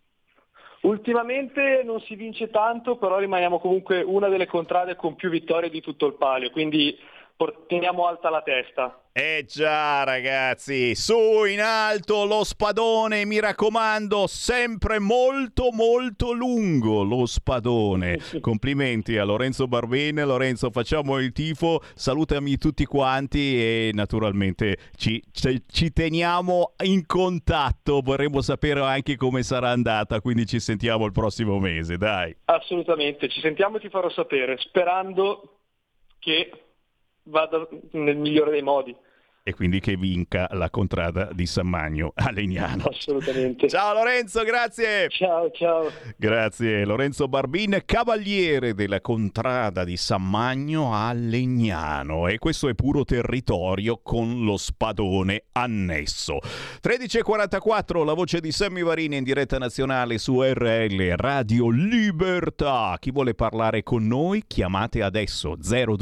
Ultimamente non si vince tanto, però rimaniamo comunque una delle contrade con più vittorie di tutto il Palio, quindi teniamo alta la testa. Già ragazzi, su in alto lo spadone, mi raccomando, sempre molto molto lungo lo spadone. Complimenti a Lorenzo Barbin. Lorenzo, facciamo il tifo, salutami tutti quanti e naturalmente ci teniamo in contatto, vorremmo sapere anche come sarà andata, quindi ci sentiamo il prossimo mese, dai. Assolutamente, ci sentiamo e ti farò sapere, sperando che vada nel migliore dei modi. E quindi che vinca la contrada di San Magno a Legnano. Assolutamente. Ciao Lorenzo, grazie. Ciao. Grazie Lorenzo Barbin, cavaliere della contrada di San Magno a Legnano. E questo è puro territorio con lo spadone annesso. 13:44, la voce di Sammy Varini in diretta nazionale su RL Radio Libertà. Chi vuole parlare con noi chiamate adesso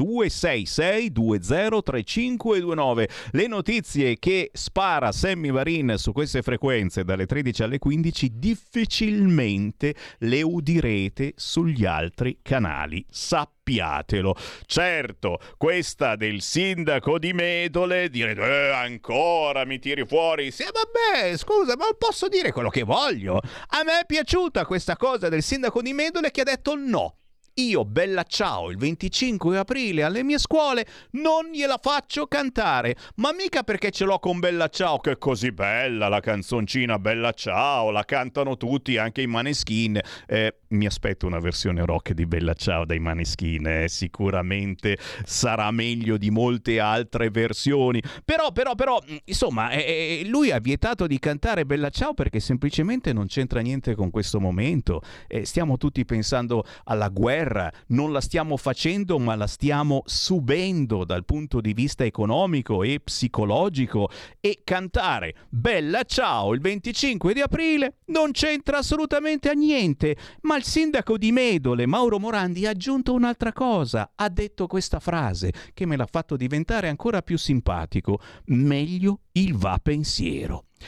0266203529. Le notizie che spara Sammy Varin su queste frequenze dalle 13 alle 15 difficilmente le udirete sugli altri canali. Sappiatelo. Certo, questa del sindaco di Medole, direte ancora mi tiri fuori? Sì, vabbè, scusa, ma posso dire quello che voglio. A me è piaciuta questa cosa del sindaco di Medole che ha detto no. Io Bella Ciao il 25 aprile alle mie scuole non gliela faccio cantare, ma mica perché ce l'ho con Bella Ciao, che è così bella la canzoncina Bella Ciao, la cantano tutti, anche i Maneskin. Mi aspetto una versione rock di Bella Ciao dai Maneskin, sicuramente sarà meglio di molte altre versioni, però insomma lui ha vietato di cantare Bella Ciao perché semplicemente non c'entra niente con questo momento. Stiamo tutti pensando alla guerra, non la stiamo facendo ma la stiamo subendo dal punto di vista economico e psicologico, e cantare Bella Ciao il 25 di aprile non c'entra assolutamente a niente. Ma il sindaco di Medole, Mauro Morandi, ha aggiunto un'altra cosa, ha detto questa frase che me l'ha fatto diventare ancora più simpatico: meglio il va pensiero.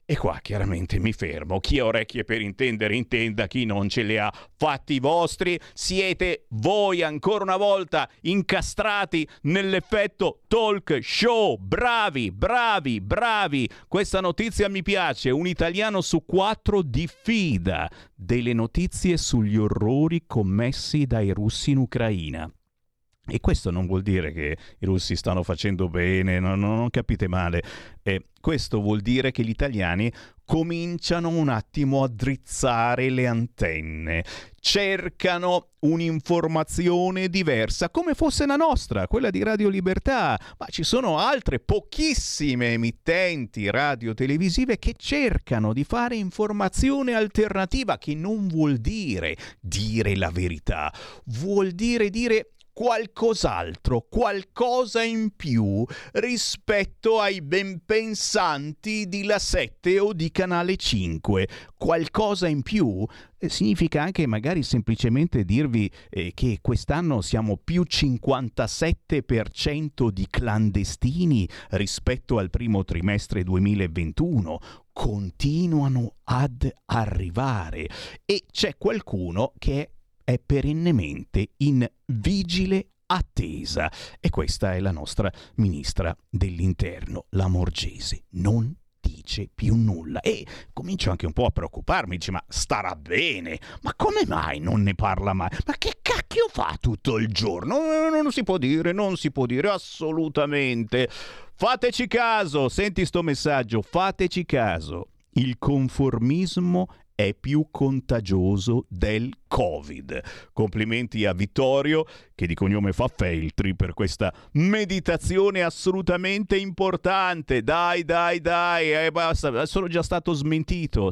E qua chiaramente mi fermo. Chi ha orecchie per intendere intenda, chi non ce le ha fatti vostri. Siete voi ancora una volta incastrati nell'effetto talk show. Bravi, bravi, bravi. Questa notizia mi piace. Un italiano su 4 diffida delle notizie sugli orrori commessi dai russi in Ucraina. E questo non vuol dire che i russi stanno facendo bene, non capite male. Questo vuol dire che gli italiani cominciano un attimo a drizzare le antenne, cercano un'informazione diversa, come fosse la nostra, quella di Radio Libertà, ma ci sono altre pochissime emittenti radio-televisive che cercano di fare informazione alternativa, che non vuol dire la verità, vuol dire qualcos'altro, qualcosa in più rispetto ai ben pensanti di La 7 o di Canale 5. Qualcosa in più significa anche magari semplicemente dirvi che quest'anno siamo più 57% di clandestini rispetto al primo trimestre 2021. Continuano ad arrivare e c'è qualcuno che è perennemente in vigile attesa, e questa è la nostra ministra dell'interno, Lamorgese. Non dice più nulla e comincio anche un po' a preoccuparmi. Dice, ma starà bene, ma come mai non ne parla mai? Ma che cacchio fa tutto il giorno? Non si può dire assolutamente. Fateci caso, senti sto messaggio, fateci caso. Il conformismo è più contagioso del Covid. Complimenti a Vittorio, che di cognome fa Feltri, per questa meditazione assolutamente importante. Dai, basta, sono già stato smentito.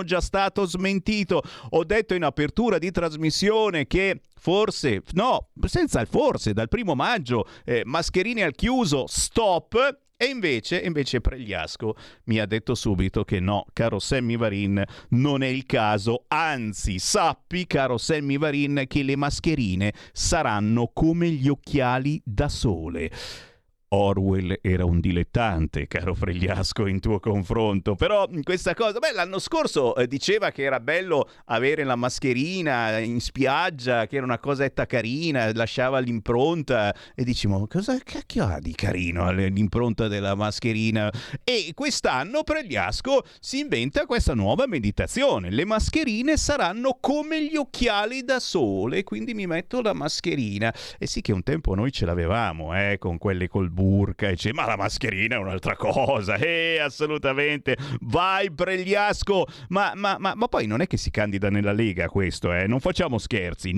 Ho detto in apertura di trasmissione che forse, no, senza il forse, dal 1 maggio, mascherine al chiuso, stop. E invece Pregliasco mi ha detto subito che no, caro Sammy Varin, non è il caso. Anzi, sappi, caro Sammy Varin, che le mascherine saranno come gli occhiali da sole. Orwell era un dilettante, caro Fregliasco, in tuo confronto, però questa cosa, l'anno scorso diceva che era bello avere la mascherina in spiaggia, che era una cosetta carina, lasciava l'impronta, e diciamo, cosa cacchio ha di carino l'impronta della mascherina? E quest'anno Fregliasco si inventa questa nuova meditazione: le mascherine saranno come gli occhiali da sole, quindi mi metto la mascherina. E sì che un tempo noi ce l'avevamo, con quelle col burka, e ma la mascherina è un'altra cosa, assolutamente. Vai Pregliasco, ma poi non è che si candida nella Lega questo, non facciamo scherzi,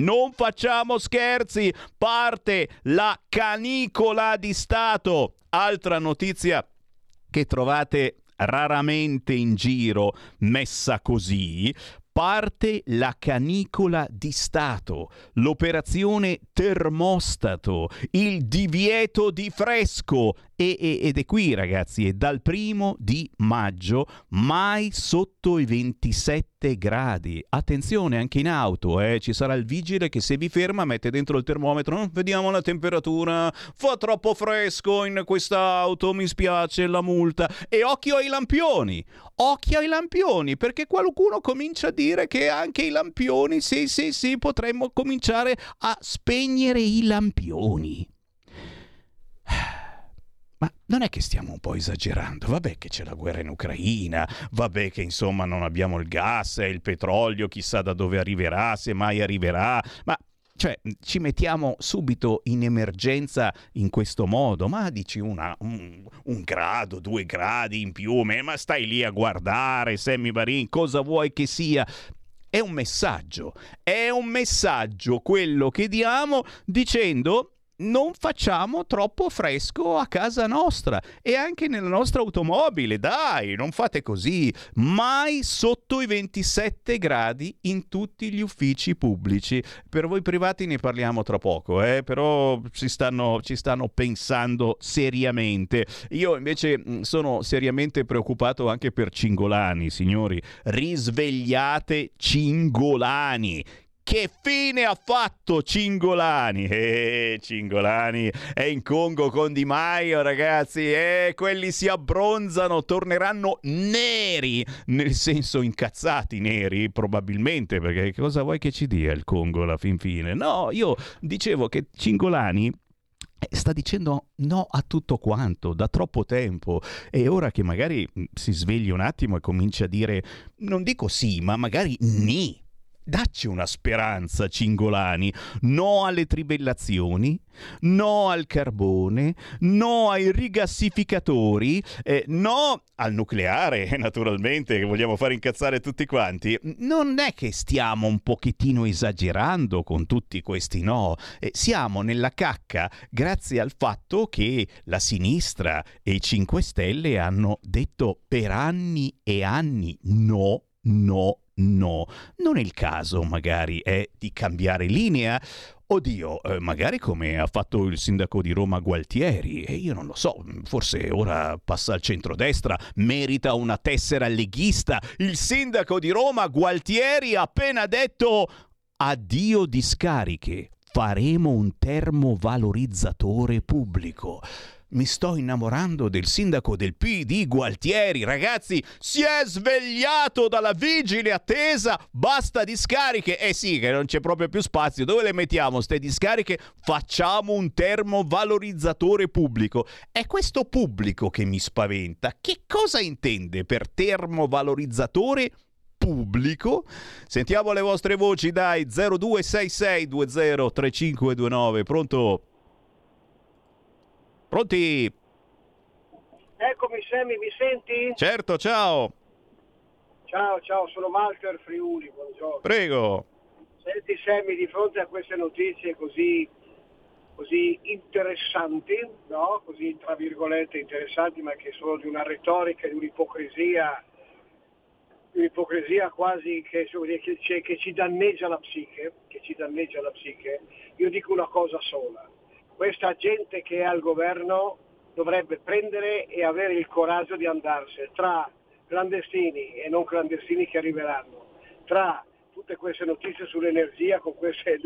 parte la canicola di Stato. Altra notizia che trovate raramente in giro messa così: parte la canicola di Stato, l'operazione termostato, il divieto di fresco. Ed è qui, ragazzi, è dal 1 maggio, mai sotto i 27 gradi. Attenzione, anche in auto, ci sarà il vigile che se vi ferma mette dentro il termometro, vediamo la temperatura, fa troppo fresco in quest'auto, mi spiace, la multa. E occhio ai lampioni, perché qualcuno comincia a dire che anche i lampioni, sì, potremmo cominciare a spegnere i lampioni. Ma non è che stiamo un po' esagerando? Vabbè che c'è la guerra in Ucraina, vabbè che insomma non abbiamo il gas e il petrolio, chissà da dove arriverà, se mai arriverà, ma cioè ci mettiamo subito in emergenza in questo modo? Ma dici un grado, 2 gradi in più, ma stai lì a guardare, Sammy Varin, cosa vuoi che sia? È un messaggio quello che diamo, dicendo: non facciamo troppo fresco a casa nostra e anche nella nostra automobile, dai, non fate così. Mai sotto i 27 gradi in tutti gli uffici pubblici. Per voi privati ne parliamo tra poco, però ci stanno pensando seriamente. Io invece sono seriamente preoccupato anche per Cingolani, signori. Risvegliate Cingolani. Che fine ha fatto Cingolani? Cingolani è in Congo con Di Maio, ragazzi. Quelli si abbronzano, torneranno neri, nel senso incazzati neri, probabilmente, perché cosa vuoi che ci dia il Congo alla fin fine? No, io dicevo che Cingolani sta dicendo no a tutto quanto da troppo tempo, e ora che magari si svegli un attimo e comincia a dire, non dico sì, ma magari ni. Dacci una speranza, Cingolani. No alle trivellazioni, no al carbone, no ai rigassificatori, no al nucleare, naturalmente, che vogliamo far incazzare tutti quanti. Non è che stiamo un pochettino esagerando con tutti questi no. Siamo nella cacca grazie al fatto che la sinistra e i 5 Stelle hanno detto per anni e anni no, no, no. Non è il caso, magari, di cambiare linea? Oddio, magari come ha fatto il sindaco di Roma Gualtieri, e io non lo so, forse ora passa al centrodestra, merita una tessera leghista. Il sindaco di Roma Gualtieri ha appena detto addio discariche, faremo un termovalorizzatore pubblico. Mi sto innamorando del sindaco del PD Gualtieri, ragazzi, si è svegliato dalla vigile attesa, basta discariche, sì che non c'è proprio più spazio, dove le mettiamo ste discariche? Facciamo un termovalorizzatore pubblico. È questo pubblico che mi spaventa. Che cosa intende per termovalorizzatore pubblico? Sentiamo le vostre voci, dai. 0266203529. Pronto? Pronti? Eccomi Sammy, mi senti? Certo, ciao. Ciao, sono Walter Friuli, buongiorno. Prego. Senti Sammy, di fronte a queste notizie così interessanti, no? Così tra virgolette interessanti, ma che sono di una retorica, di un'ipocrisia quasi che ci danneggia la psiche, io dico una cosa sola. Questa gente che è al governo dovrebbe prendere e avere il coraggio di andarsene, tra clandestini e non clandestini che arriveranno, tra tutte queste notizie sull'energia con queste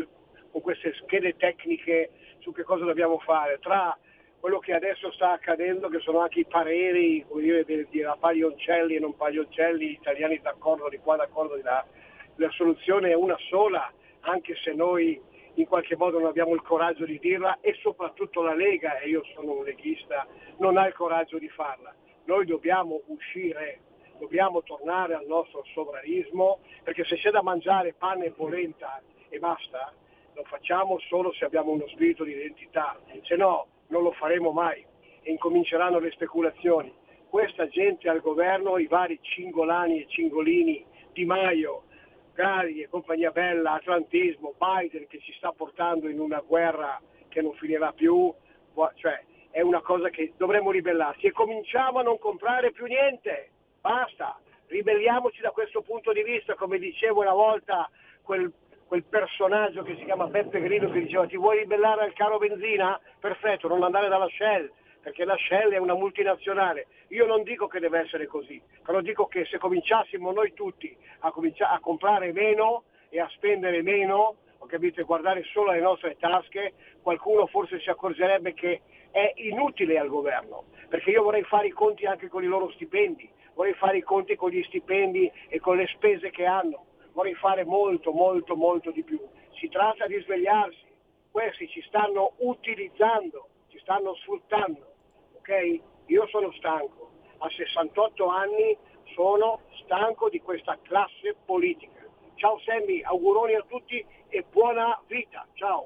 schede tecniche su che cosa dobbiamo fare, tra quello che adesso sta accadendo, che sono anche i pareri, come dire, a paglioncelli e non paglioncelli, gli italiani d'accordo di qua, d'accordo di là. La soluzione è una sola, anche se noi in qualche modo non abbiamo il coraggio di dirla, e soprattutto la Lega, e io sono un leghista, non ha il coraggio di farla. Noi dobbiamo uscire, dobbiamo tornare al nostro sovranismo, perché se c'è da mangiare pane e polenta e basta, lo facciamo solo se abbiamo uno spirito di identità, se no non lo faremo mai e incominceranno le speculazioni. Questa gente al governo, i vari Cingolani e Cingolini, Di Maio, Draghi e compagnia bella, atlantismo, Biden che ci sta portando in una guerra che non finirà più, cioè è una cosa che dovremmo ribellarci e cominciamo a non comprare più niente, basta, ribelliamoci da questo punto di vista. Come dicevo una volta, quel personaggio che si chiama Beppe Grillo che diceva: ti vuoi ribellare al caro benzina? Perfetto, non andare dalla Shell, perché la Shell è una multinazionale. Io non dico che deve essere così, però dico che se cominciassimo noi tutti a comprare meno e a spendere meno, ho capito, e guardare solo alle nostre tasche, qualcuno forse si accorgerebbe che è inutile al governo, perché io vorrei fare i conti anche con i loro stipendi, vorrei fare i conti con gli stipendi e con le spese che hanno, vorrei fare molto, molto, molto di più. Si tratta di svegliarsi, questi ci stanno utilizzando, ci stanno sfruttando, ok? Io sono stanco, a 68 anni sono stanco di questa classe politica. Ciao Sammy, auguroni a tutti e buona vita, ciao.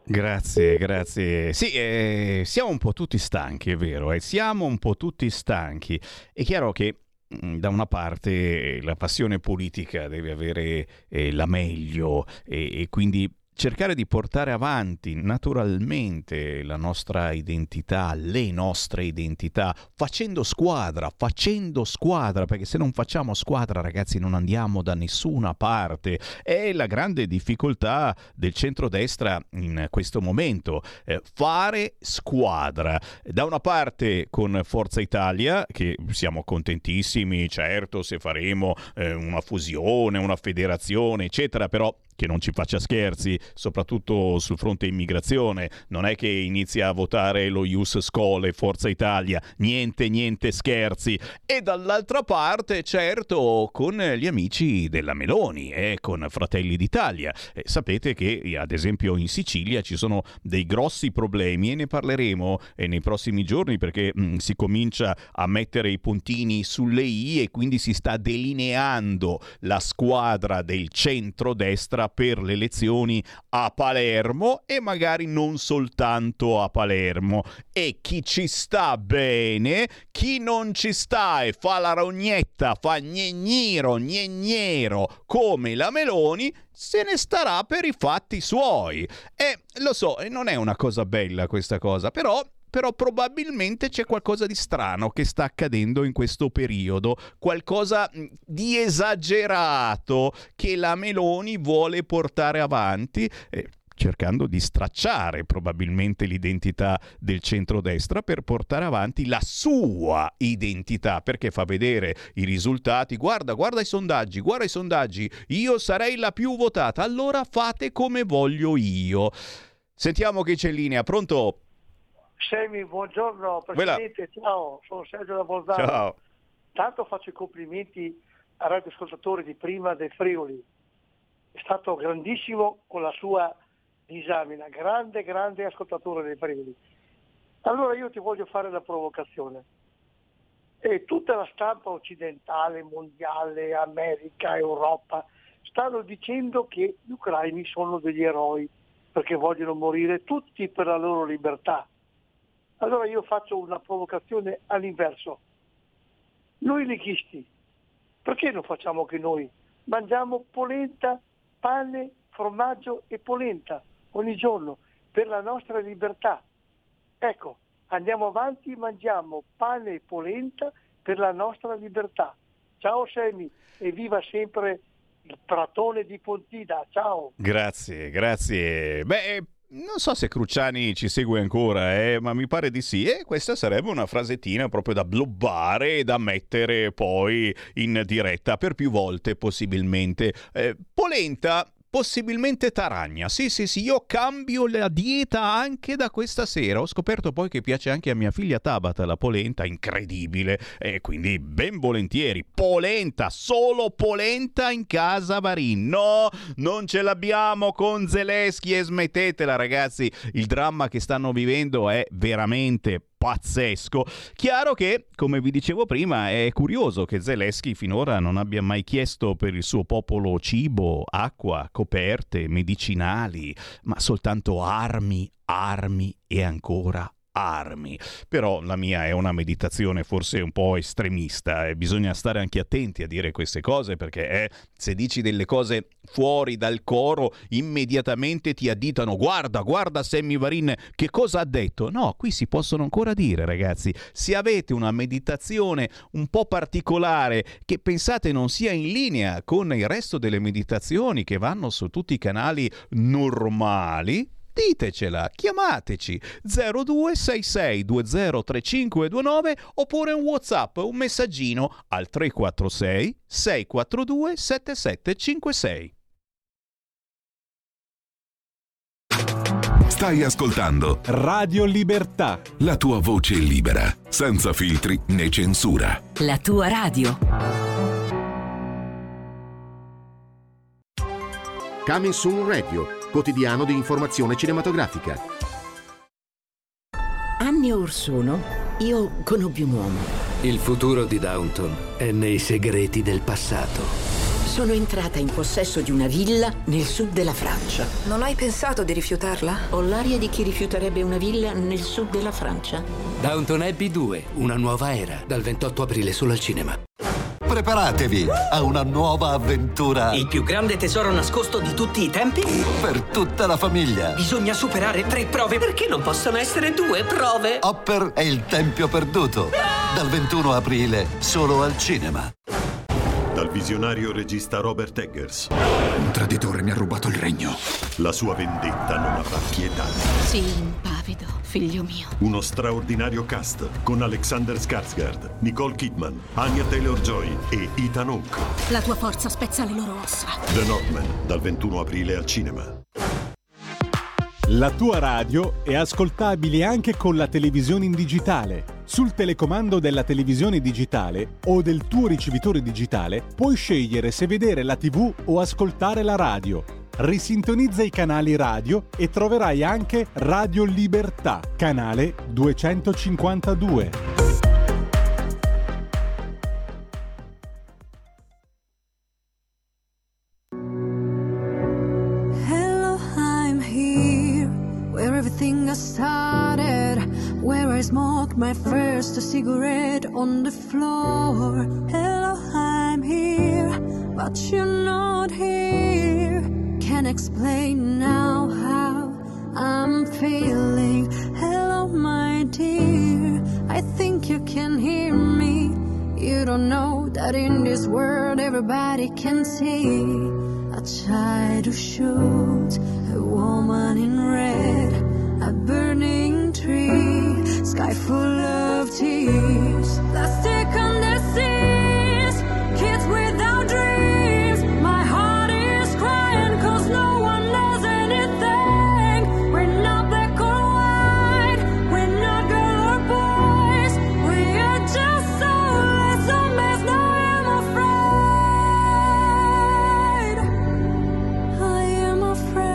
Grazie. Sì, siamo un po' tutti stanchi, è vero, siamo un po' tutti stanchi. È chiaro che da una parte la passione politica deve avere la meglio e quindi cercare di portare avanti naturalmente la nostra identità, le nostre identità, facendo squadra, perché se non facciamo squadra, ragazzi, non andiamo da nessuna parte. È la grande difficoltà del centrodestra in questo momento, fare squadra. Da una parte con Forza Italia, che siamo contentissimi, certo, se faremo una fusione, una federazione, eccetera, però che non ci faccia scherzi, soprattutto sul fronte immigrazione. Non è che inizia a votare lo Ius Schole, Forza Italia, niente scherzi. E dall'altra parte, certo, con gli amici della Meloni e con Fratelli d'Italia. Sapete che ad esempio in Sicilia ci sono dei grossi problemi e ne parleremo nei prossimi giorni, perché si comincia a mettere i puntini sulle i e quindi si sta delineando la squadra del centro-destra per le elezioni a Palermo e magari non soltanto a Palermo. E chi ci sta bene, chi non ci sta e fa la rognetta, fa gnegnero come la Meloni, se ne starà per i fatti suoi. E lo so, non è una cosa bella questa cosa, però probabilmente c'è qualcosa di strano che sta accadendo in questo periodo, qualcosa di esagerato che la Meloni vuole portare avanti, cercando di stracciare probabilmente l'identità del centrodestra per portare avanti la sua identità, perché fa vedere i risultati. Guarda i sondaggi, io sarei la più votata, allora fate come voglio io. Sentiamo chi c'è in linea. Pronto? Semi, buongiorno Presidente, ciao, sono Sergio da Bolzano. Ciao. Tanto faccio i complimenti al radioascoltatore di prima del Friuli, è stato grandissimo con la sua disamina, grande ascoltatore dei Friuli. Allora io ti voglio fare la provocazione. E tutta la stampa occidentale, mondiale, America, Europa, stanno dicendo che gli ucraini sono degli eroi perché vogliono morire tutti per la loro libertà. Allora io faccio una provocazione all'inverso. Noi leghisti, perché non facciamo che noi? Mangiamo polenta, pane, formaggio e polenta ogni giorno per la nostra libertà. Ecco, andiamo avanti, mangiamo pane e polenta per la nostra libertà. Ciao Semi e viva sempre il Pratone di Pontida, ciao! Grazie. Beh, non so se Cruciani ci segue ancora, ma mi pare di sì, e questa sarebbe una frasettina proprio da blobbare e da mettere poi in diretta per più volte possibilmente. Polenta, possibilmente taragna. Sì, io cambio la dieta anche da questa sera. Ho scoperto poi che piace anche a mia figlia Tabata la polenta, incredibile. E quindi ben volentieri. Polenta, solo polenta in casa Varin. No, non ce l'abbiamo con Zelensky e smettetela ragazzi. Il dramma che stanno vivendo è veramente pazzesco. Chiaro che, come vi dicevo prima, è curioso che Zelensky finora non abbia mai chiesto per il suo popolo cibo, acqua, coperte, medicinali, ma soltanto armi e ancora armi. Però la mia è una meditazione forse un po' estremista e bisogna stare anche attenti a dire queste cose, perché se dici delle cose fuori dal coro immediatamente ti additano guarda Sammy Varin che cosa ha detto. No, qui si possono ancora dire ragazzi, se avete una meditazione un po' particolare che pensate non sia in linea con il resto delle meditazioni che vanno su tutti i canali normali, ditecela, chiamateci 0266203529 oppure un WhatsApp, un messaggino al 346 642 7756. Stai ascoltando Radio Libertà, la tua voce libera, senza filtri né censura. La tua radio. Coming Soon Radio, quotidiano di informazione cinematografica. Anni or sono, io conobbi un uomo. Il futuro di Downton è nei segreti del passato. Sono entrata in possesso di una villa nel sud della Francia. Non hai pensato di rifiutarla? Ho l'aria di chi rifiuterebbe una villa nel sud della Francia. Downton Abbey 2, una nuova era, dal 28 aprile solo al cinema. Preparatevi a una nuova avventura. Il più grande tesoro nascosto di tutti i tempi? Per tutta la famiglia. Bisogna superare 3 prove. Perché non possono essere 2 prove? Hopper e il Tempio Perduto. Dal 21 aprile solo al cinema. Dal visionario regista Robert Eggers. Un traditore mi ha rubato il regno. La sua vendetta non avrà pietà. Sì, impavido, figlio mio. Uno straordinario cast con Alexander Skarsgård, Nicole Kidman, Anya Taylor-Joy e Ethan Hawke. La tua forza spezza le loro ossa. The Northman, dal 21 aprile al cinema. La tua radio è ascoltabile anche con la televisione in digitale. Sul telecomando della televisione digitale o del tuo ricevitore digitale puoi scegliere se vedere la TV o ascoltare la radio. Risintonizza i canali radio e troverai anche Radio Libertà, canale 252. Everything I started, where I smoked my first cigarette on the floor. Hello, I'm here, but you're not here. Can't explain now how I'm feeling. Hello, my dear, I think you can hear me. You don't know that in this world everybody can see. I try to shoot a woman in red, a burning tree, sky full of tears, plastic on the seas, kids without dreams. My heart is crying 'cause no one knows anything. We're not black or white, we're not girl or boys, we are just soulless zombies. Now I'm afraid, I am afraid.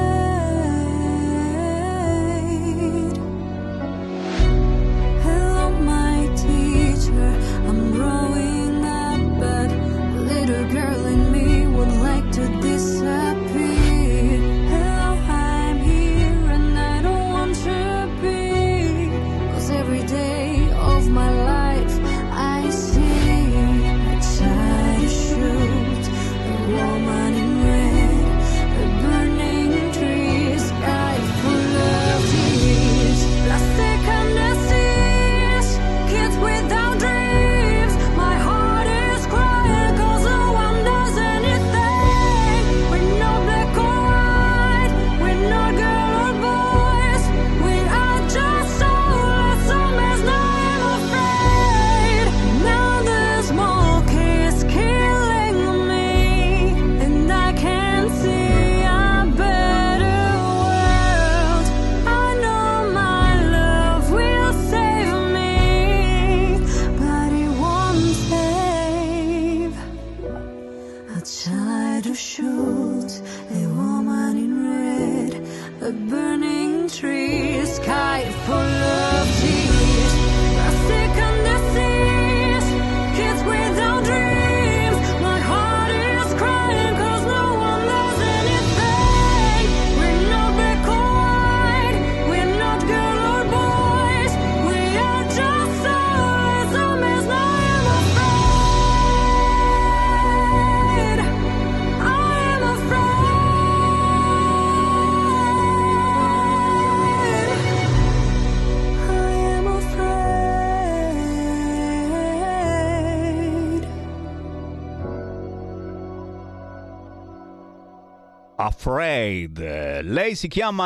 Afraid. Lei si chiama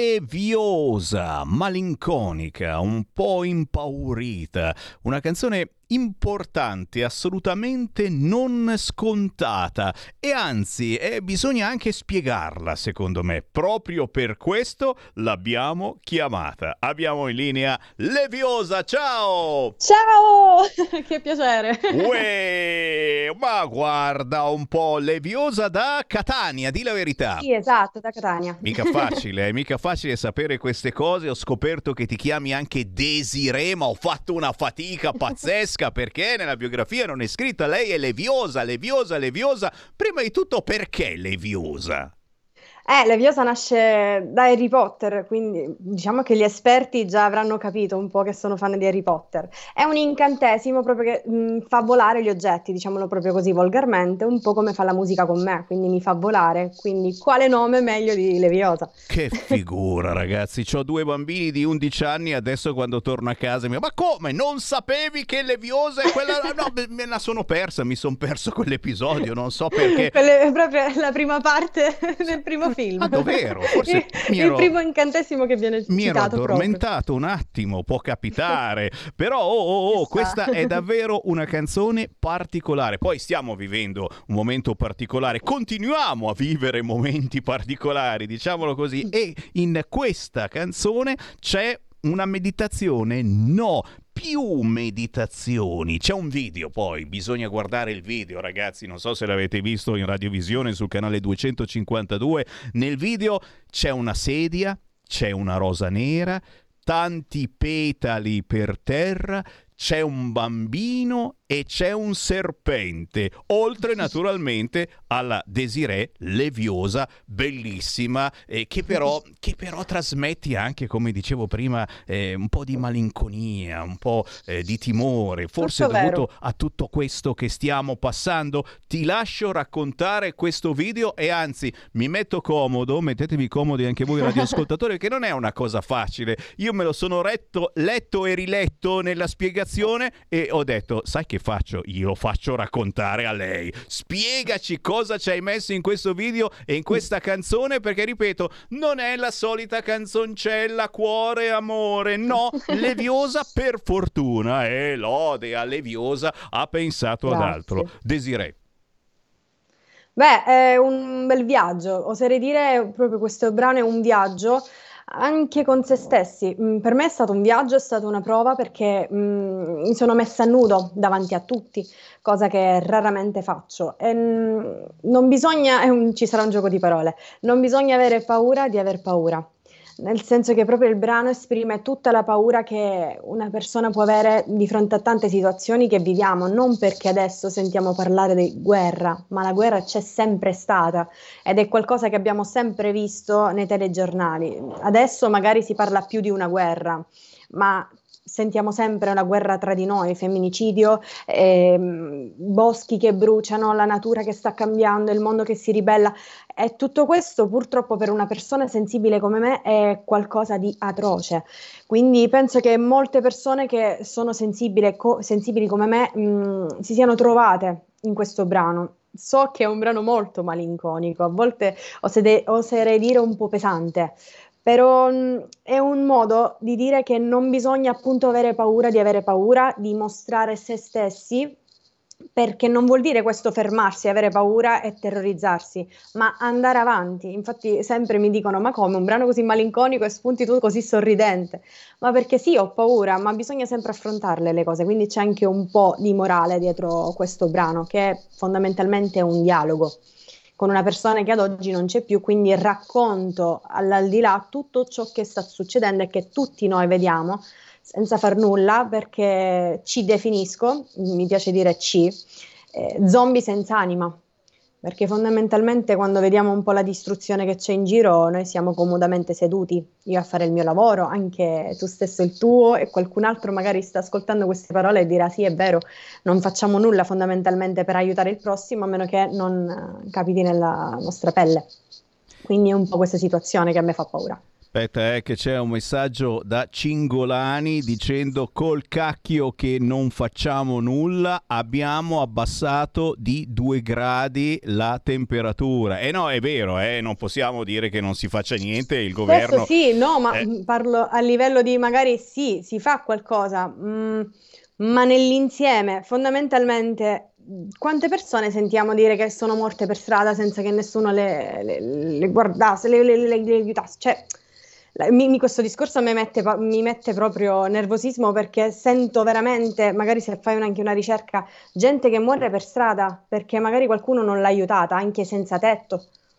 Leviosa, malinconica, un po' impaurita. Una canzone importante, assolutamente non scontata, e anzi bisogna anche spiegarla, secondo me. Proprio per questo l'abbiamo chiamata. Abbiamo in linea Leviosa. Ciao! Ciao! Che piacere! Uè, ma guarda un po', Leviosa da Catania, di la verità. Sì, esatto, da Catania. Mica facile sapere queste cose. Ho scoperto che ti chiami anche Desiree, ma ho fatto una fatica pazzesca, perché nella biografia non è scritta. Lei è Leviosa. Prima di tutto, perché Leviosa? Leviosa nasce da Harry Potter, quindi diciamo che gli esperti già avranno capito un po' che sono fan di Harry Potter. È un incantesimo proprio che fa volare gli oggetti, diciamolo proprio così volgarmente, un po' come fa la musica con me, quindi mi fa volare. Quindi quale nome meglio di Leviosa? Che figura, ragazzi, c'ho 2 bambini di 11 anni, adesso quando torno a casa ma come, non sapevi che Leviosa è quella? No, me la sono persa, mi sono perso quell'episodio, non so perché. Proprio la prima parte del primo film. Ah, davvero? Forse il primo incantesimo che viene mi ero citato addormentato proprio. un attimo, può capitare. Però questa è davvero una canzone particolare. Poi stiamo vivendo un momento particolare, continuiamo a vivere momenti particolari, diciamolo così, e in questa canzone c'è una meditazione, no, più meditazioni. C'è un video, poi bisogna guardare il video, ragazzi, non so se l'avete visto in radiovisione sul canale 252. Nel video c'è una sedia, c'è una rosa nera, tanti petali per terra, c'è un bambino e c'è un serpente, oltre naturalmente alla Desirée leviosa, bellissima, che però trasmetti anche, come dicevo prima, un po' di malinconia, un po' di timore, forse dovuto a tutto questo che stiamo passando. Ti lascio raccontare questo video e anzi mi metto comodo, mettetevi comodi anche voi radioascoltatori, perché non è una cosa facile. Io me lo sono letto e riletto nella spiegazione e ho detto, sai che faccio? Io faccio raccontare a lei. Spiegaci cosa ci hai messo in questo video e in questa canzone, perché ripeto, non è la solita canzoncella cuore amore, no, Leviosa per fortuna, e lode a Leviosa, ha pensato ad altro. Desirée. Beh, è un bel viaggio, oserei dire proprio questo brano è un viaggio anche con se stessi. Per me è stato un viaggio, è stata una prova perché mi sono messa a nudo davanti a tutti, cosa che raramente faccio. E non bisogna, ci sarà un gioco di parole, non bisogna avere paura di aver paura. Nel senso che proprio il brano esprime tutta la paura che una persona può avere di fronte a tante situazioni che viviamo, non perché adesso sentiamo parlare di guerra, ma la guerra c'è sempre stata ed è qualcosa che abbiamo sempre visto nei telegiornali. Adesso magari si parla più di una guerra, ma sentiamo sempre una guerra tra di noi, femminicidio, boschi che bruciano, la natura che sta cambiando, il mondo che si ribella, e tutto questo purtroppo per una persona sensibile come me è qualcosa di atroce. Quindi penso che molte persone che sono sensibili come me si siano trovate in questo brano. So che è un brano molto malinconico, a volte oserei dire un po' pesante, però è un modo di dire che non bisogna appunto avere paura, di mostrare se stessi, perché non vuol dire questo fermarsi, avere paura e terrorizzarsi, ma andare avanti. Infatti sempre mi dicono, ma come, un brano così malinconico e spunti tu così sorridente? Ma perché sì, ho paura, ma bisogna sempre affrontarle le cose, quindi c'è anche un po' di morale dietro questo brano, che fondamentalmente è un dialogo con una persona che ad oggi non c'è più, quindi racconto all'aldilà tutto ciò che sta succedendo e che tutti noi vediamo senza far nulla, perché ci definisco, mi piace dire zombie senza anima, perché fondamentalmente quando vediamo un po' la distruzione che c'è in giro noi siamo comodamente seduti, io a fare il mio lavoro, anche tu stesso il tuo, e qualcun altro magari sta ascoltando queste parole e dirà sì, è vero, non facciamo nulla fondamentalmente per aiutare il prossimo a meno che non capiti nella nostra pelle. Quindi è un po' questa situazione che a me fa paura. Aspetta, che c'è un messaggio da Cingolani dicendo: col cacchio che non facciamo nulla, abbiamo abbassato di 2 gradi la temperatura. No, è vero, non possiamo dire che non si faccia niente, il governo... Questo sì, no, ma parlo a livello di magari sì, si fa qualcosa, ma nell'insieme, fondamentalmente... Quante persone sentiamo dire che sono morte per strada senza che nessuno le guardasse, le aiutasse? Cioè, questo discorso mi mette proprio nervosismo, perché sento veramente, magari se fai anche una ricerca, gente che muore per strada perché magari qualcuno non l'ha aiutata, anche senza tetto.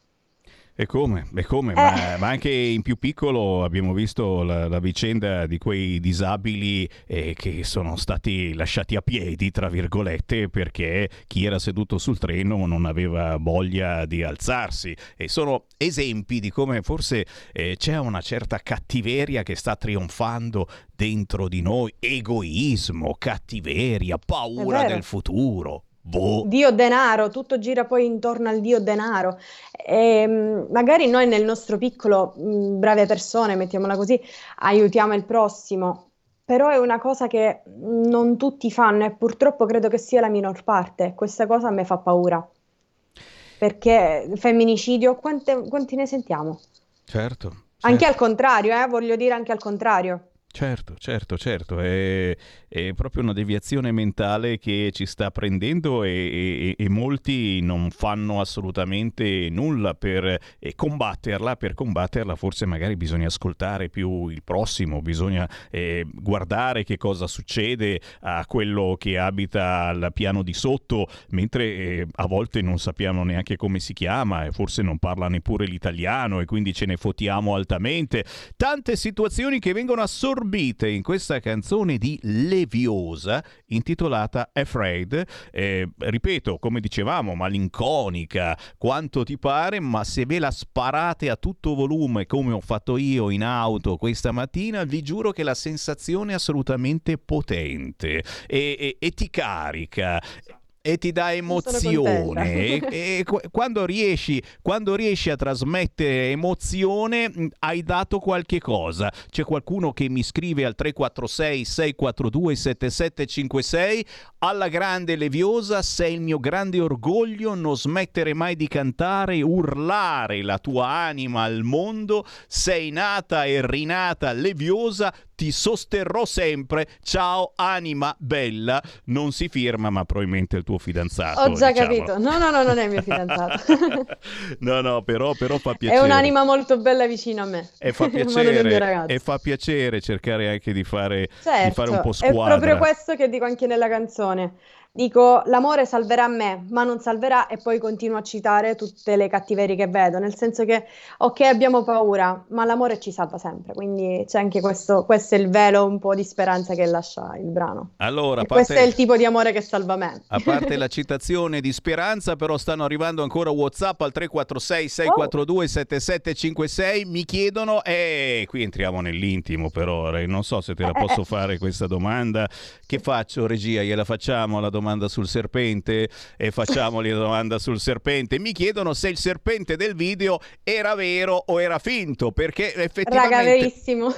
E come? Ma anche in più piccolo abbiamo visto la vicenda di quei disabili che sono stati lasciati a piedi, tra virgolette, perché chi era seduto sul treno non aveva voglia di alzarsi. E sono esempi di come forse c'è una certa cattiveria che sta trionfando dentro di noi, egoismo, cattiveria, paura del futuro. Dio denaro, tutto gira poi intorno al Dio denaro. Magari noi nel nostro piccolo, brave persone, mettiamola così, aiutiamo il prossimo, però è una cosa che non tutti fanno e purtroppo credo che sia la minor parte. Questa cosa a me fa paura. perché femminicidio, quanti ne sentiamo? Certo. Anche al contrario, voglio dire anche al contrario. Certo, è proprio una deviazione mentale che ci sta prendendo e molti non fanno assolutamente nulla per combatterla. Per combatterla forse magari bisogna ascoltare più il prossimo, bisogna guardare che cosa succede a quello che abita al piano di sotto, mentre a volte non sappiamo neanche come si chiama e forse non parla neppure l'italiano e quindi ce ne fottiamo altamente. Tante situazioni che vengono assorbite in questa canzone di Leviosa intitolata Afraid, ripeto, come dicevamo, malinconica quanto ti pare, ma se ve la sparate a tutto volume come ho fatto io in auto questa mattina, vi giuro che la sensazione è assolutamente potente e ti carica e ti dà emozione e quando riesci a trasmettere emozione hai dato qualche cosa. C'è qualcuno che mi scrive al 346 642 7756: alla grande Leviosa, sei il mio grande orgoglio, non smettere mai di cantare, urlare la tua anima al mondo, sei nata e rinata Leviosa, ti sosterrò sempre, ciao anima bella. Non si firma, ma probabilmente il tuo fidanzato. Ho già capito. No, non è il mio fidanzato. no, però fa piacere. È un'anima molto bella vicino a me. E fa piacere cercare anche di fare un po' squadra. È proprio questo che dico anche nella canzone. Dico, l'amore salverà me, ma non salverà, e poi continuo a citare tutte le cattiverie che vedo, nel senso che, ok, abbiamo paura, ma l'amore ci salva sempre, quindi c'è anche questo è il velo un po' di speranza che lascia il brano. Allora, questo è il tipo di amore che salva me. A parte la citazione di speranza, però stanno arrivando ancora WhatsApp al 346 642 7756, mi chiedono, qui entriamo nell'intimo però, non so se te la posso fare questa domanda, che faccio regia, gliela facciamo la domanda sul serpente e facciamoli la domanda sul serpente. Mi chiedono se il serpente del video era vero o era finto, perché effettivamente... Raga, verissimo.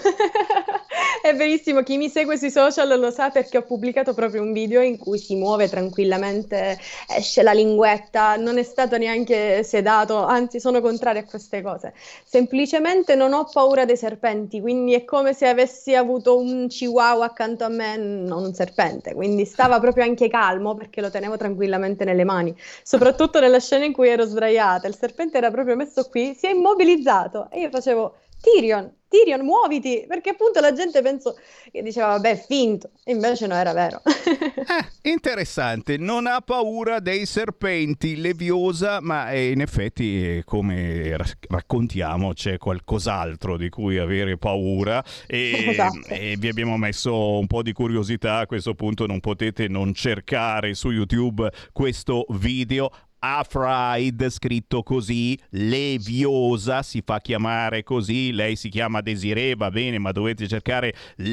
È verissimo, chi mi segue sui social lo sa, perché ho pubblicato proprio un video in cui si muove tranquillamente, esce la linguetta, non è stato neanche sedato, anzi sono contraria a queste cose. Semplicemente non ho paura dei serpenti, quindi è come se avessi avuto un chihuahua accanto a me, non un serpente, quindi stava proprio anche calmo perché lo tenevo tranquillamente nelle mani, soprattutto nella scena in cui ero sdraiata, il serpente era proprio messo qui, si è immobilizzato e io facevo Tyrion, muoviti, perché appunto la gente penso che diceva vabbè è finto, e invece no, era vero. Interessante, non ha paura dei serpenti Leviosa, ma in effetti come raccontiamo c'è qualcos'altro di cui avere paura esatto. E vi abbiamo messo un po' di curiosità. A questo punto non potete non cercare su YouTube questo video. Afraid, scritto così, Leviosa si fa chiamare così, lei si chiama Desiree, va bene, ma dovete cercare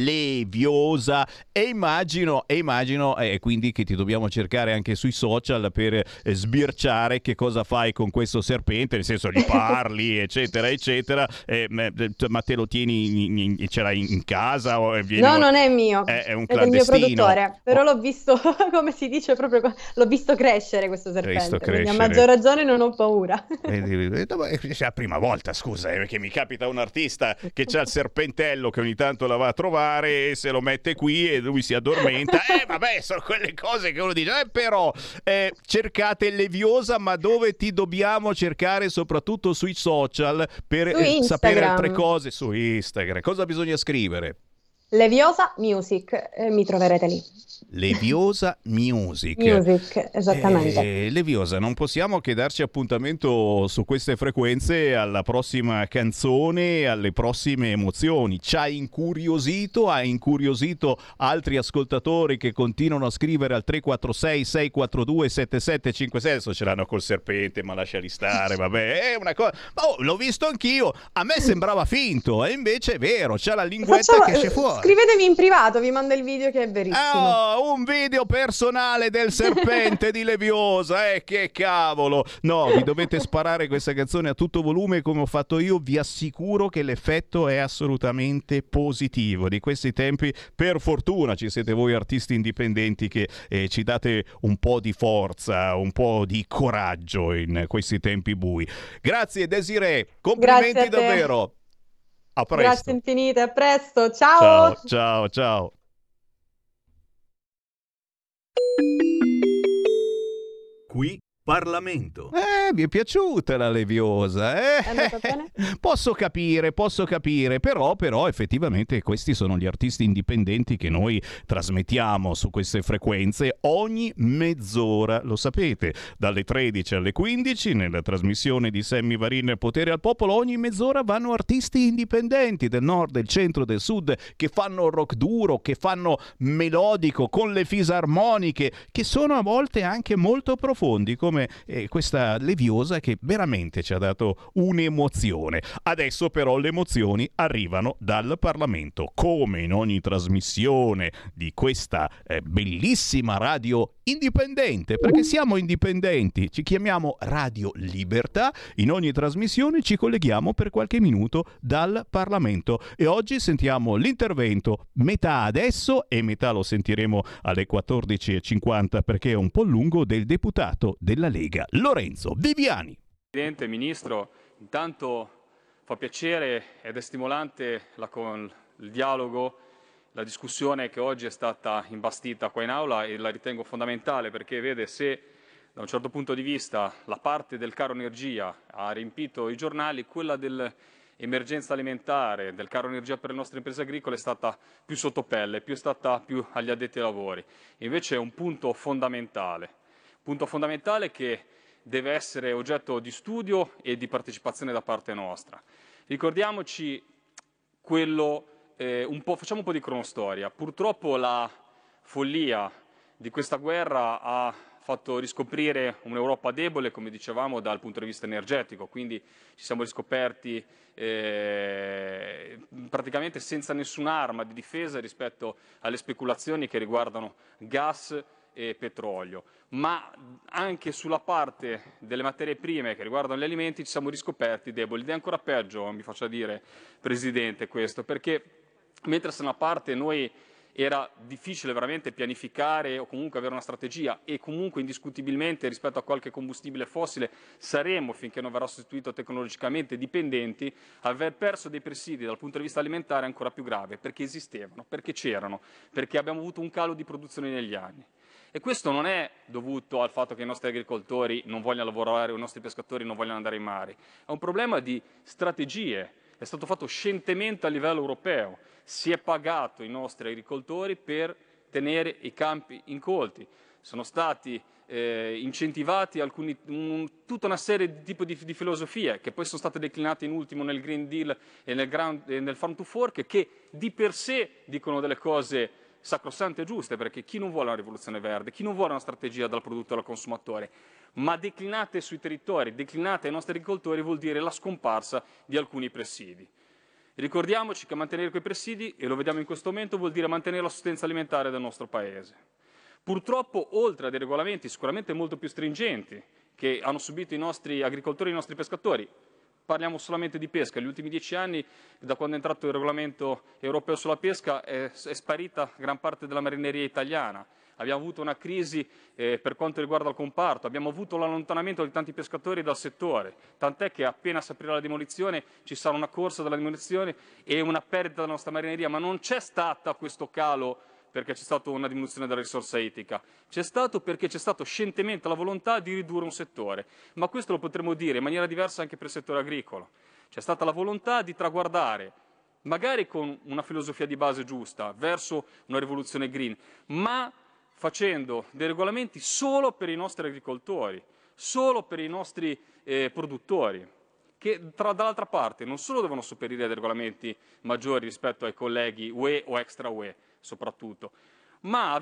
Leviosa e immagino quindi che ti dobbiamo cercare anche sui social per sbirciare che cosa fai con questo serpente, nel senso gli parli eccetera eccetera, ma te lo tieni ce l'hai in casa o no, non è mio, è un del mio clandestino? produttore, però l'ho visto come si dice proprio, l'ho visto crescere questo serpente. Quindi a maggior ragione non ho paura. È la prima volta, scusa, perché mi capita un artista che c'ha il serpentello che ogni tanto la va a trovare e se lo mette qui e lui si addormenta. Vabbè, sono quelle cose che uno dice, però cercate Leviosa, ma dove ti dobbiamo cercare? Soprattutto sui social per sapere altre cose. Su Instagram cosa bisogna scrivere? Leviosa Music, mi troverete lì. Leviosa Music, esattamente. Leviosa, non possiamo che darci appuntamento su queste frequenze alla prossima canzone, alle prossime emozioni. Ci ha incuriosito altri ascoltatori che continuano a scrivere al 346 642 7756. Adesso ce l'hanno col serpente, ma lasciali stare, vabbè, è una cosa. L'ho visto anch'io, a me sembrava finto e invece è vero, c'ha la linguetta che esce fuori. Scrivetemi in privato, vi mando il video che è verissimo. un video personale del serpente di Leviosa, che cavolo. No, vi dovete sparare questa canzone a tutto volume come ho fatto io, vi assicuro che l'effetto è assolutamente positivo. Di questi tempi, per fortuna, ci siete voi artisti indipendenti che ci date un po' di forza, un po' di coraggio in questi tempi bui. Grazie Desiree, complimenti davvero. A presto. Grazie infinite, a presto, ciao. Ciao. Qui Parlamento. Mi è piaciuta la Leviosa, È andata bene? Posso capire, però effettivamente questi sono gli artisti indipendenti che noi trasmettiamo su queste frequenze ogni mezz'ora, lo sapete, dalle 13 alle 15 nella trasmissione di Sammy Varin Potere al Popolo. Ogni mezz'ora vanno artisti indipendenti del nord, del centro, del sud, che fanno rock duro, che fanno melodico, con le fisarmoniche, che sono a volte anche molto profondi, come questa Leviosa che veramente ci ha dato un'emozione. Adesso però le emozioni arrivano dal Parlamento, come in ogni trasmissione di questa bellissima radio indipendente, perché siamo indipendenti, ci chiamiamo Radio Libertà. In ogni trasmissione ci colleghiamo per qualche minuto dal Parlamento e oggi sentiamo l'intervento, metà adesso e metà lo sentiremo alle 14:50 perché è un po' lungo, del deputato della Lega Lorenzo Viviani. Presidente, Ministro, intanto fa piacere ed è stimolante il dialogo, la discussione che oggi è stata imbastita qua in aula, e la ritengo fondamentale perché vede, se da un certo punto di vista la parte del caro energia ha riempito i giornali, quella dell'emergenza alimentare, del caro energia per le nostre imprese agricole è stata più sottopelle, è stata più agli addetti ai lavori. Invece è un punto fondamentale che deve essere oggetto di studio e di partecipazione da parte nostra. Ricordiamoci quello, facciamo un po' di cronostoria. Purtroppo la follia di questa guerra ha fatto riscoprire un'Europa debole, come dicevamo, dal punto di vista energetico, quindi ci siamo riscoperti praticamente senza nessun'arma di difesa rispetto alle speculazioni che riguardano gas e petrolio, ma anche sulla parte delle materie prime che riguardano gli alimenti ci siamo riscoperti deboli. Ed è ancora peggio, mi faccia dire, Presidente, questo, perché mentre se da una parte noi era difficile veramente pianificare o comunque avere una strategia, e comunque indiscutibilmente rispetto a qualche combustibile fossile saremo, finché non verrà sostituito tecnologicamente, dipendenti, aver perso dei presidi dal punto di vista alimentare è ancora più grave, perché esistevano, perché c'erano, perché abbiamo avuto un calo di produzione negli anni. E questo non è dovuto al fatto che i nostri agricoltori non vogliano lavorare o i nostri pescatori non vogliano andare in mare, è un problema di strategie. È stato fatto scientemente a livello europeo, si è pagato i nostri agricoltori per tenere i campi incolti, sono stati incentivati tutta una serie di tipi di filosofie che poi sono state declinate in ultimo nel Green Deal e nel Farm to Fork, che di per sé dicono delle cose sacrosante e giuste, perché chi non vuole una rivoluzione verde, chi non vuole una strategia dal produttore al consumatore, ma declinate sui territori, declinate ai nostri agricoltori, vuol dire la scomparsa di alcuni presidi. Ricordiamoci che mantenere quei presidi, e lo vediamo in questo momento, vuol dire mantenere la sussistenza alimentare del nostro Paese. Purtroppo, oltre a dei regolamenti sicuramente molto più stringenti che hanno subito i nostri agricoltori e i nostri pescatori, parliamo solamente di pesca. Negli ultimi 10 anni, da quando è entrato il regolamento europeo sulla pesca, è sparita gran parte della marineria italiana. Abbiamo avuto una crisi per quanto riguarda il comparto, abbiamo avuto l'allontanamento di tanti pescatori dal settore, tant'è che appena si aprirà la demolizione ci sarà una corsa della demolizione e una perdita della nostra marineria, ma non c'è stata questo calo perché c'è stata una diminuzione della risorsa ittica, c'è stato perché c'è stata scientemente la volontà di ridurre un settore, ma questo lo potremmo dire in maniera diversa anche per il settore agricolo. C'è stata la volontà di traguardare, magari con una filosofia di base giusta, verso una rivoluzione green, ma facendo dei regolamenti solo per i nostri agricoltori, solo per i nostri produttori, che dall'altra parte non solo devono sopperire a dei regolamenti maggiori rispetto ai colleghi UE o extra UE soprattutto, ma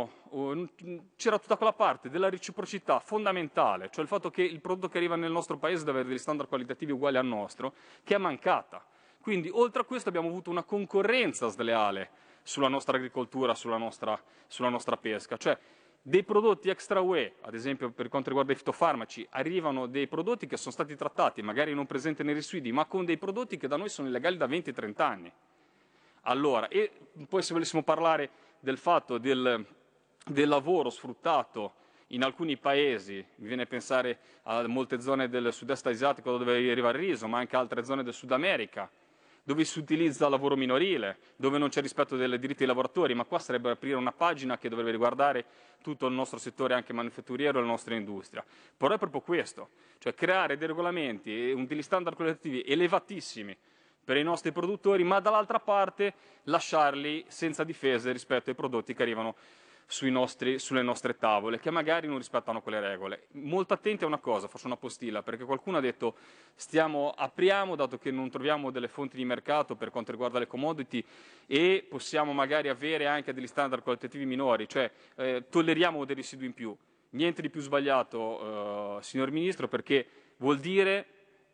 c'era tutta quella parte della reciprocità fondamentale, cioè il fatto che il prodotto che arriva nel nostro paese deve avere degli standard qualitativi uguali al nostro, che è mancata. Quindi oltre a questo abbiamo avuto una concorrenza sleale sulla nostra agricoltura, sulla nostra pesca. Cioè, dei prodotti extra UE, ad esempio per quanto riguarda i fitofarmaci, arrivano dei prodotti che sono stati trattati, magari non presenti nei residui, ma con dei prodotti che da noi sono illegali da 20-30 anni. Allora, e poi se volessimo parlare del fatto del lavoro sfruttato in alcuni paesi, mi viene a pensare a molte zone del sud-est asiatico dove arriva il riso, ma anche altre zone del Sud America, dove si utilizza lavoro minorile, dove non c'è rispetto dei diritti dei lavoratori, ma qua sarebbe aprire una pagina che dovrebbe riguardare tutto il nostro settore anche manifatturiero e la nostra industria. Però è proprio questo, cioè creare dei regolamenti e degli standard qualitativi elevatissimi per i nostri produttori, ma dall'altra parte lasciarli senza difese rispetto ai prodotti che arrivano sulle nostre tavole, che magari non rispettano quelle regole. Molto attenti a una cosa, faccio una postilla, perché qualcuno ha detto apriamo dato che non troviamo delle fonti di mercato per quanto riguarda le commodity e possiamo magari avere anche degli standard qualitativi minori, cioè tolleriamo dei residui in più. Niente di più sbagliato, signor Ministro, perché vuol dire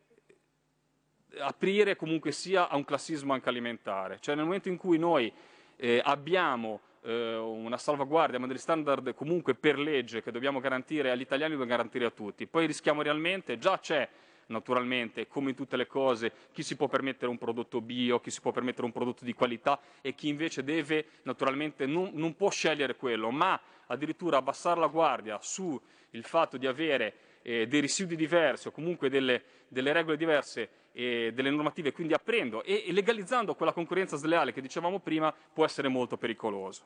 aprire comunque sia a un classismo anche alimentare. Cioè nel momento in cui noi abbiamo una salvaguardia, ma degli standard comunque per legge che dobbiamo garantire agli italiani, dobbiamo garantire a tutti. Poi rischiamo realmente, già c'è naturalmente, come in tutte le cose, chi si può permettere un prodotto bio, chi si può permettere un prodotto di qualità e chi invece deve, naturalmente, non può scegliere quello, ma addirittura abbassare la guardia sul fatto di avere dei residui diversi o comunque delle regole diverse e delle normative, quindi aprendo e legalizzando quella concorrenza sleale che dicevamo prima, può essere molto pericoloso.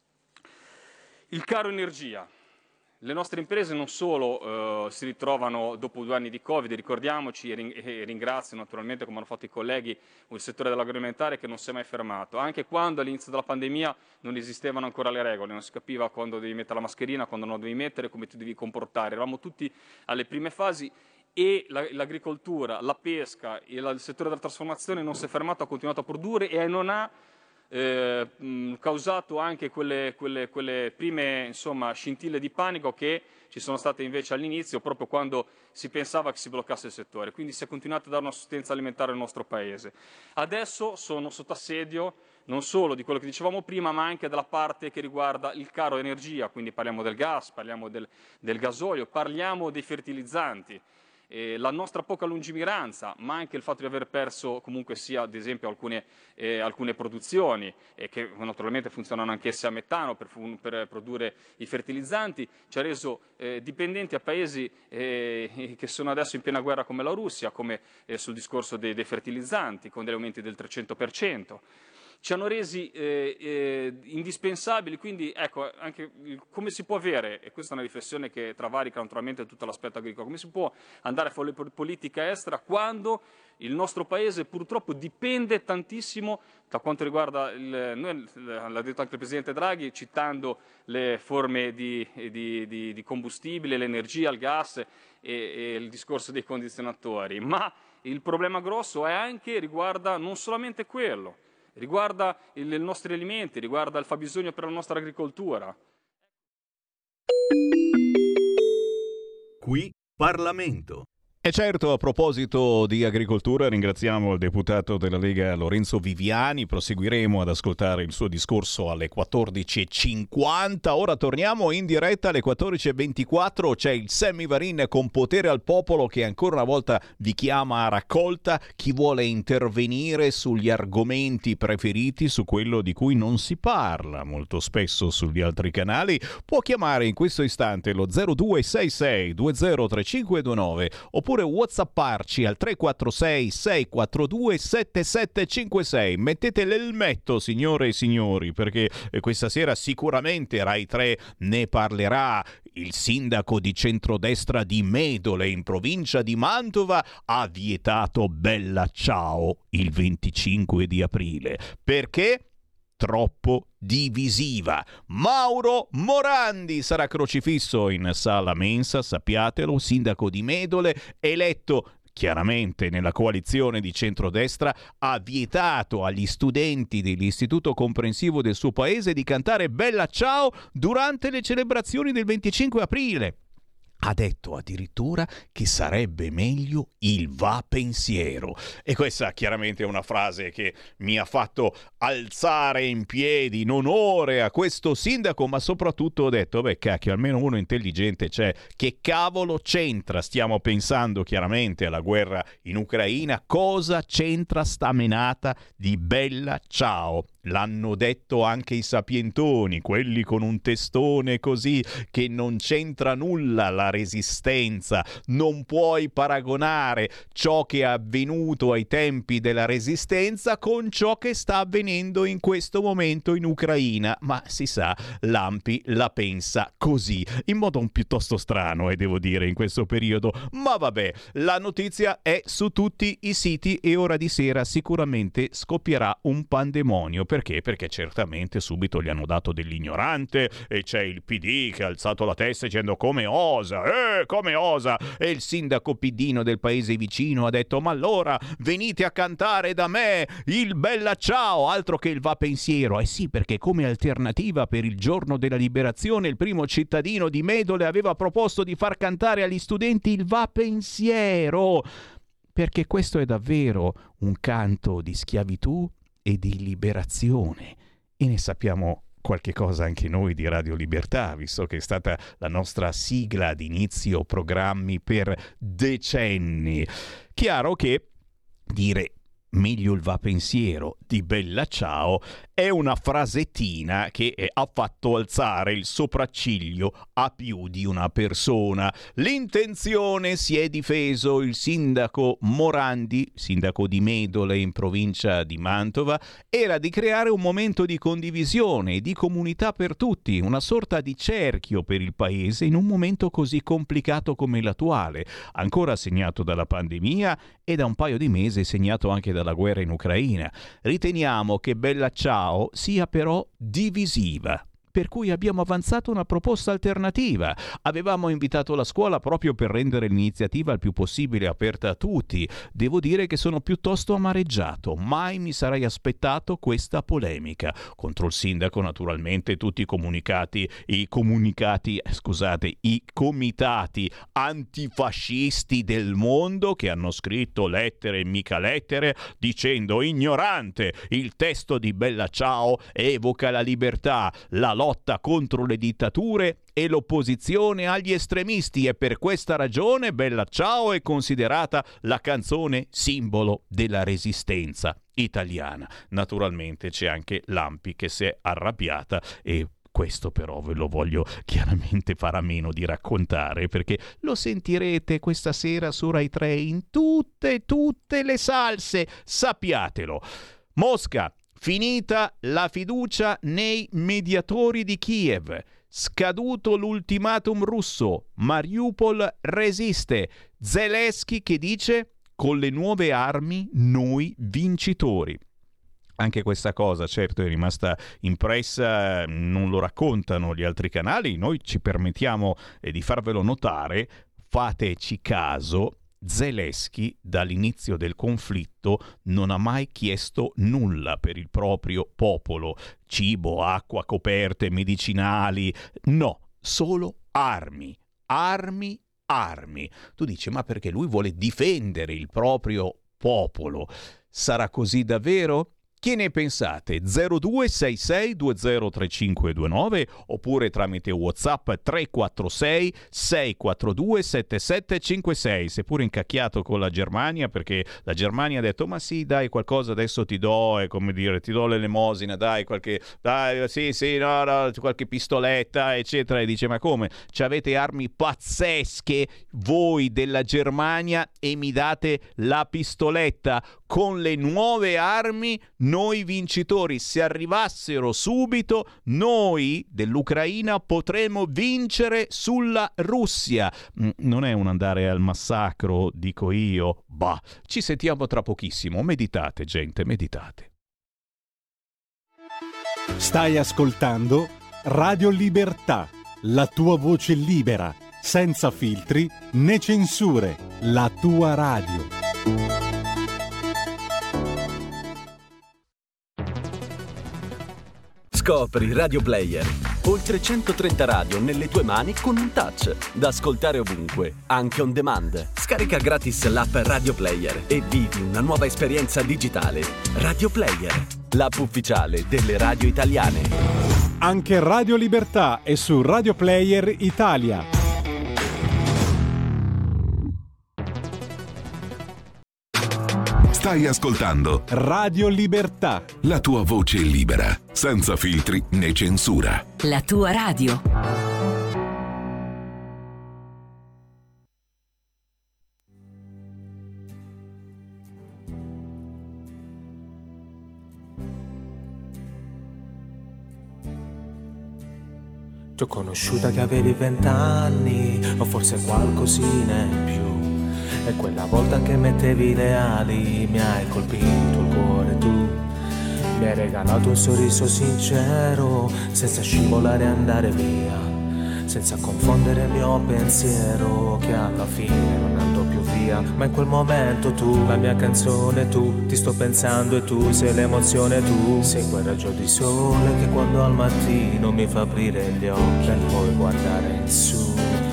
Il caro energia. Le nostre imprese non solo si ritrovano dopo 2 anni di Covid, ricordiamoci e ringrazio naturalmente, come hanno fatto i colleghi, il settore dell'agroalimentare che non si è mai fermato, anche quando all'inizio della pandemia non esistevano ancora le regole, non si capiva quando devi mettere la mascherina, quando non la devi mettere, come ti devi comportare, eravamo tutti alle prime fasi e l'agricoltura, la pesca e il settore della trasformazione non si è fermato, ha continuato a produrre e non ha causato anche quelle prime scintille di panico che ci sono state invece all'inizio, proprio quando si pensava che si bloccasse il settore. Quindi si è continuato a dare un'assistenza alimentare al nostro Paese. Adesso sono sotto assedio non solo di quello che dicevamo prima, ma anche della parte che riguarda il caro energia, quindi parliamo del gas, parliamo del gasolio, parliamo dei fertilizzanti. La nostra poca lungimiranza, ma anche il fatto di aver perso comunque sia ad esempio alcune produzioni che naturalmente funzionano anch'esse a metano per produrre i fertilizzanti, ci ha reso dipendenti a paesi che sono adesso in piena guerra come la Russia, come sul discorso dei fertilizzanti con degli aumenti del 300%. Ci hanno resi indispensabili, quindi ecco, anche come si può avere, e questa è una riflessione che travalica naturalmente tutto l'aspetto agricolo, come si può andare a fare politica estera quando il nostro Paese purtroppo dipende tantissimo da quanto riguarda, l'ha detto anche il Presidente Draghi, citando le forme di combustibile, l'energia, il gas e il discorso dei condizionatori, ma il problema grosso è anche, riguarda non solamente quello, riguarda i nostri alimenti, riguarda il fabbisogno per la nostra agricoltura. Qui Parlamento. E certo, a proposito di agricoltura, ringraziamo il deputato della Lega Lorenzo Viviani, proseguiremo ad ascoltare il suo discorso alle 14.50, ora torniamo in diretta alle 14.24, c'è il Sammy Varin con Potere al Popolo che ancora una volta vi chiama a raccolta, chi vuole intervenire sugli argomenti preferiti, su quello di cui non si parla molto spesso sugli altri canali, può chiamare in questo istante lo 0266 203529 oppure WhatsApparci al 346 642 7756. Mettete l'elmetto, signore e signori, perché questa sera sicuramente Rai 3 ne parlerà. Il sindaco di centrodestra di Medole, in provincia di Mantova, ha vietato Bella Ciao il 25 di aprile. Perché? Troppo divisiva. Mauro Morandi sarà crocifisso in sala mensa, sappiatelo, sindaco di Medole, eletto chiaramente nella coalizione di centrodestra, ha vietato agli studenti dell'istituto comprensivo del suo paese di cantare Bella Ciao durante le celebrazioni del 25 aprile. ha detto addirittura che sarebbe meglio il va pensiero. E questa chiaramente è una frase che mi ha fatto alzare in piedi in onore a questo sindaco, ma soprattutto ho detto, beh cacchio, almeno uno intelligente c'è. Che cavolo c'entra? Stiamo pensando chiaramente alla guerra in Ucraina. Cosa c'entra sta menata di Bella Ciao? L'hanno detto anche i sapientoni, quelli con un testone così, che non c'entra nulla la resistenza. Non puoi paragonare ciò che è avvenuto ai tempi della resistenza con ciò che sta avvenendo in questo momento in Ucraina. Ma si sa, l'ANPI la pensa così, in modo piuttosto strano, devo dire, in questo periodo. Ma vabbè, la notizia è su tutti i siti e ora di sera sicuramente scoppierà un pandemonio. Perché? Perché certamente subito gli hanno dato dell'ignorante e c'è il PD che ha alzato la testa dicendo come osa, e il sindaco pidino del paese vicino ha detto ma allora venite a cantare da me il Bella Ciao, altro che il va pensiero. Sì, perché come alternativa per il giorno della liberazione il primo cittadino di Medole aveva proposto di far cantare agli studenti il va pensiero, perché questo è davvero un canto di schiavitù e di liberazione, e ne sappiamo qualche cosa anche noi di Radio Libertà, visto che è stata la nostra sigla di inizio programmi per decenni. Chiaro che dire meglio il va pensiero di Bella Ciao è una frasettina che ha fatto alzare il sopracciglio a più di una persona. L'intenzione, si è difeso il sindaco Morandi, sindaco di Medole in provincia di Mantova, era di creare un momento di condivisione e di comunità per tutti, una sorta di cerchio per il paese in un momento così complicato come l'attuale, ancora segnato dalla pandemia e da un paio di mesi segnato anche dalla guerra in Ucraina. Riteniamo che Bella Ciao sia però divisiva, per cui abbiamo avanzato una proposta alternativa. Avevamo invitato la scuola proprio per rendere l'iniziativa il più possibile aperta a tutti. Devo dire che sono piuttosto amareggiato. Mai mi sarei aspettato questa polemica. Contro il sindaco, naturalmente, tutti i comitati antifascisti del mondo che hanno scritto lettere e mica lettere dicendo ignorante, il testo di Bella Ciao evoca la libertà, la lotta contro le dittature e l'opposizione agli estremisti, e per questa ragione Bella Ciao è considerata la canzone simbolo della resistenza italiana. Naturalmente c'è anche l'ANPI che si è arrabbiata, e questo però ve lo voglio chiaramente fare a meno di raccontare, perché lo sentirete questa sera su Rai 3 in tutte le salse, sappiatelo. Mosca, finita la fiducia nei mediatori di Kiev. Scaduto l'ultimatum russo. Mariupol resiste. Zelensky che dice: con le nuove armi noi vincitori. Anche questa cosa, certo, è rimasta impressa, non lo raccontano gli altri canali, noi ci permettiamo di farvelo notare. Fateci caso. Zelensky dall'inizio del conflitto non ha mai chiesto nulla per il proprio popolo, cibo, acqua, coperte, medicinali, no, solo armi. Tu dici, ma perché lui vuole difendere il proprio popolo? Sarà così davvero? Che ne pensate? 0266203529 oppure tramite WhatsApp 346 642 7756. Seppure incacchiato con la Germania, perché la Germania ha detto ma sì dai, qualcosa adesso ti do, è come dire, ti do l'elemosina, qualche pistoletta eccetera, e dice ma come? Ci avete armi pazzesche voi della Germania e mi date la pistoletta? Con le nuove armi noi vincitori. Se arrivassero subito, noi dell'Ucraina potremo vincere sulla Russia. Non è un andare al massacro, dico io. Bah, ci sentiamo tra pochissimo. Meditate, gente, meditate. Stai ascoltando Radio Libertà, la tua voce libera, senza filtri né censure, la tua radio. Scopri Radio Player. Oltre 130 radio nelle tue mani con un touch. Da ascoltare ovunque, anche on demand. Scarica gratis l'app Radio Player e vivi una nuova esperienza digitale. Radio Player, l'app ufficiale delle radio italiane. Anche Radio Libertà è su Radio Player Italia. Stai ascoltando Radio Libertà. La tua voce libera, senza filtri né censura. La tua radio. Ti ho conosciuta che avevi 20 anni, o forse qualcosina in più. E quella volta che mettevi le ali mi hai colpito il cuore tu. Mi hai regalato un sorriso sincero, senza scivolare e andare via, senza confondere il mio pensiero che alla fine non andò più via. Ma in quel momento tu, la mia canzone tu, ti sto pensando e tu sei l'emozione tu. Sei quel raggio di sole che quando al mattino mi fa aprire gli occhi per poi guardare in su.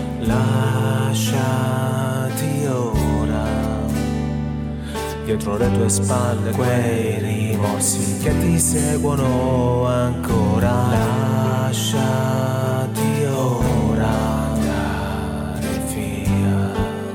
Lasciati ora, dietro le tue spalle quei rimorsi che ti seguono ancora. Lasciati ora andare via.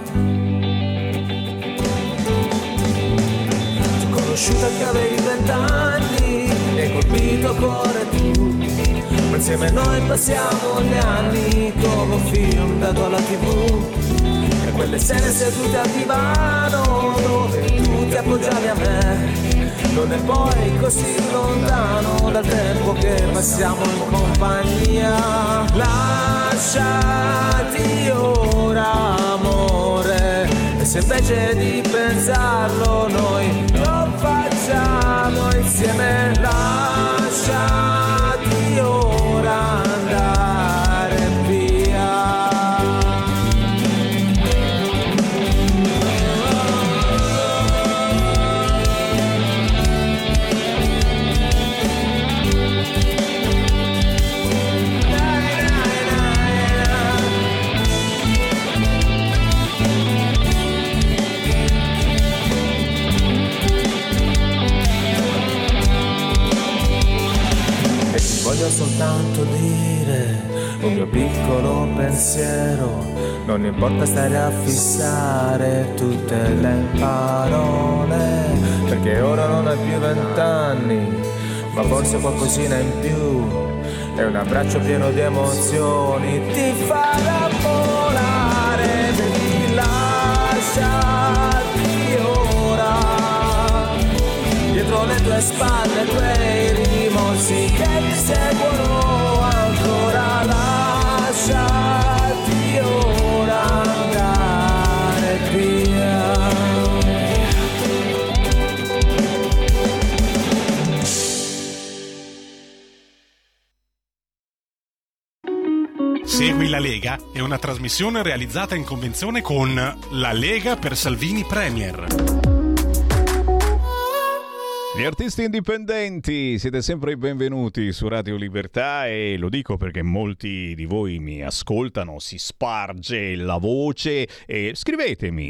Ti ho conosciuta che avevi 20 anni, mi hai colpito cuore tu. Ma insieme noi passiamo gli anni come un film dato alla TV. E quelle sere sedute al divano dove tu ti appoggiavi a me non è poi così lontano dal tempo che passiamo in compagnia. Lasciati ora amore, e se invece di pensarlo noi lo facciamo insieme. Lasciati ora andare via. Voglio soltanto dire un mio piccolo pensiero, non importa stare a fissare tutte le parole, perché ora non hai più 20 anni, ma forse qualcosina in più, e un abbraccio pieno di emozioni ti farà volare. Devi lasciarti ora, dietro le tue spalle quei rimorsi che ti seguono ancora. Lasciati ora andare via. Segui la Lega è una trasmissione realizzata in convenzione con La Lega per Salvini Premier. Gli artisti indipendenti, siete sempre i benvenuti su Radio Libertà, e lo dico perché molti di voi mi ascoltano, si sparge la voce, e scrivetemi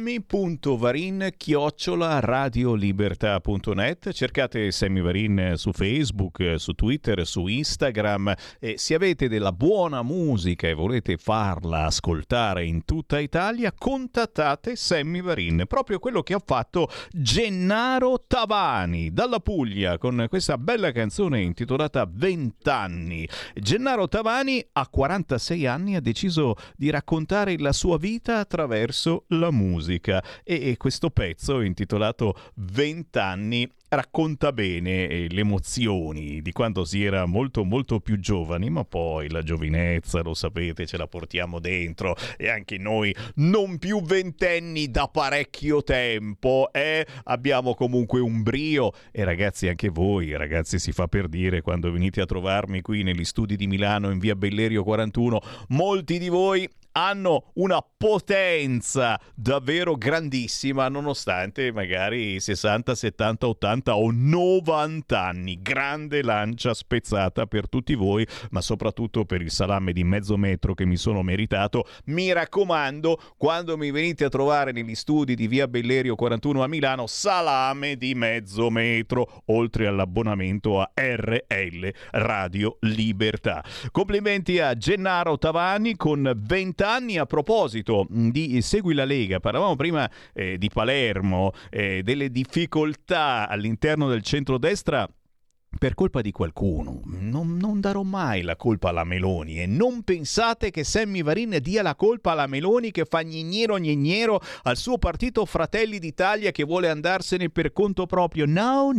sammy.varin@radiolibertà.net, cercate Sammy Varin su Facebook, su Twitter, su Instagram, e se avete della buona musica e volete farla ascoltare in tutta Italia, contattate Sammy Varin, proprio quello che ha fatto Gennaro Tavani dalla Puglia con questa bella canzone intitolata 20 anni. Gennaro Tavani a 46 anni ha deciso di raccontare la sua vita attraverso la musica, e questo pezzo intitolato 20 anni racconta bene le emozioni di quando si era molto molto più giovani, ma poi la giovinezza, lo sapete, ce la portiamo dentro, e anche noi non più ventenni da parecchio tempo, abbiamo comunque un brio. E ragazzi, anche voi, ragazzi, si fa per dire quando venite a trovarmi qui negli studi di Milano in via Bellerio 41, molti di voi hanno una potenza davvero grandissima nonostante magari 60, 70, 80 o 90 anni. Grande lancia spezzata per tutti voi, ma soprattutto per il salame di mezzo metro che mi sono meritato. Mi raccomando, quando mi venite a trovare negli studi di via Bellerio 41 a Milano, salame di mezzo metro, oltre all'abbonamento a RL Radio Libertà. Complimenti a Gennaro Tavani con 20 anni. A proposito di Segui la Lega, parlavamo prima di Palermo, delle difficoltà all'interno del centrodestra per colpa di qualcuno. Non darò mai la colpa alla Meloni, e non pensate che Sammy Varin dia la colpa alla Meloni che fa gnignero al suo partito Fratelli d'Italia che vuole andarsene per conto proprio. No.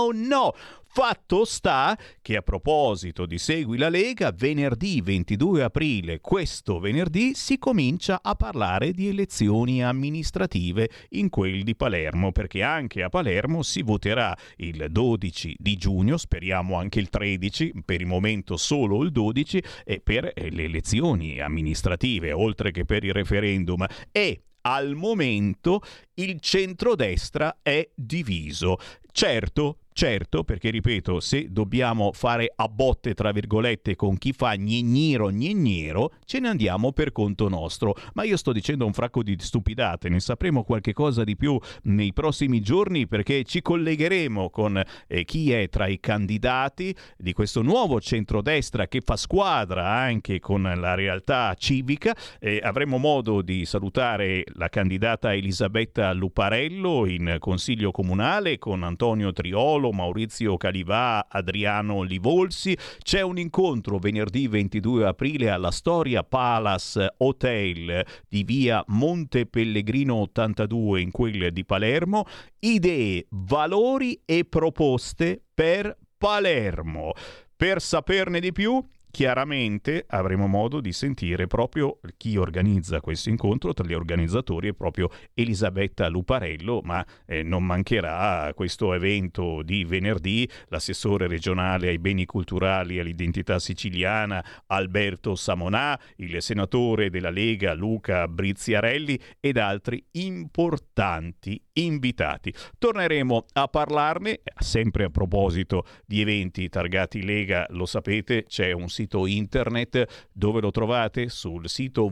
Fatto sta che, a proposito di Segui la Lega, venerdì 22 aprile, questo venerdì, si comincia a parlare di elezioni amministrative in quel di Palermo, perché anche a Palermo si voterà il 12 di giugno, speriamo anche il 13, per il momento solo il 12, e per le elezioni amministrative, oltre che per il referendum. E al momento il centrodestra è diviso. Certo, perché ripeto, se dobbiamo fare a botte tra virgolette con chi fa gnignero, ce ne andiamo per conto nostro. Ma io sto dicendo un fracco di stupidate, ne sapremo qualche cosa di più nei prossimi giorni, perché ci collegheremo con chi è tra i candidati di questo nuovo centrodestra che fa squadra anche con la realtà civica. Avremo modo di salutare la candidata Elisabetta Luparello in consiglio comunale con Antonio Triolo, Maurizio Calivà, Adriano Livolsi. C'è un incontro venerdì 22 aprile alla Storia Palace Hotel di via Monte Pellegrino 82 in quel di Palermo. Idee, valori e proposte per Palermo. Per saperne di più, chiaramente avremo modo di sentire proprio chi organizza questo incontro. Tra gli organizzatori è proprio Elisabetta Luparello, ma non mancherà questo evento di venerdì l'assessore regionale ai beni culturali e all'identità siciliana Alberto Samonà, il senatore della Lega Luca Briziarelli ed altri importanti invitati. Torneremo a parlarne, sempre a proposito di eventi targati Lega. Lo sapete, c'è un sito internet dove lo trovate sul sito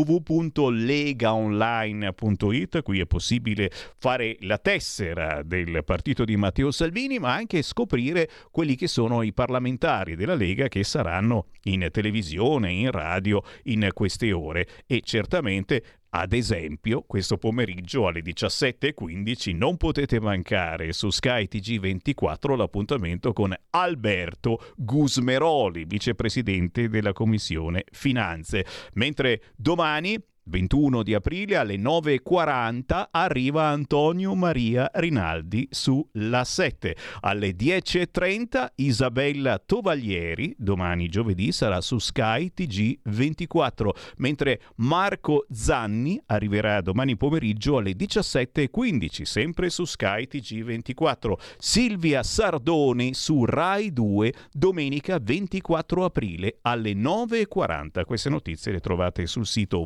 www.legaonline.it. Qui è possibile fare la tessera del partito di Matteo Salvini, ma anche scoprire quelli che sono i parlamentari della Lega che saranno in televisione, in radio in queste ore. E certamente, ad esempio, questo pomeriggio alle 17:15 non potete mancare su Sky TG24 l'appuntamento con Alberto Gusmeroli, vicepresidente della Commissione Finanze. Mentre domani, 21 di aprile alle 9:40, arriva Antonio Maria Rinaldi su La 7. Alle 10:30 Isabella Tovaglieri, domani giovedì, sarà su Sky TG24, mentre Marco Zanni arriverà domani pomeriggio alle 17:15, sempre su Sky TG24. Silvia Sardoni su Rai 2 domenica 24 aprile alle 9:40. Queste notizie le trovate sul sito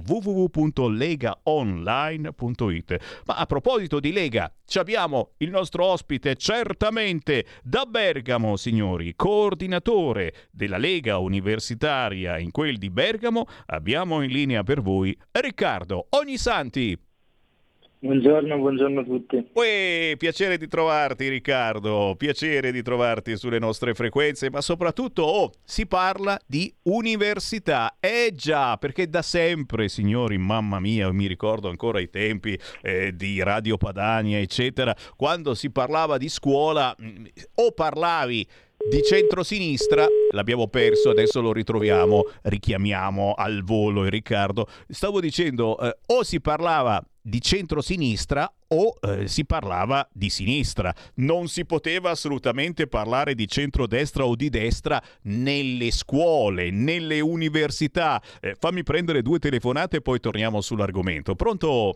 www.legaonline.it. Ma a proposito di Lega, ci abbiamo il nostro ospite certamente da Bergamo, signori, coordinatore della Lega Universitaria in quel di Bergamo. Abbiamo in linea per voi Riccardo Ognisanti. Buongiorno a tutti. Piacere di trovarti, Riccardo, piacere di trovarti sulle nostre frequenze, ma soprattutto si parla di università. Già, perché da sempre, signori, mamma mia, mi ricordo ancora i tempi di Radio Padania, eccetera, quando si parlava di scuola o parlavi di centrosinistra, l'abbiamo perso, adesso lo richiamiamo al volo Riccardo. Stavo dicendo, o si parlava di centrosinistra o si parlava di sinistra. Non si poteva assolutamente parlare di centrodestra o di destra nelle scuole, nelle università. Fammi prendere 2 telefonate e poi torniamo sull'argomento. Pronto?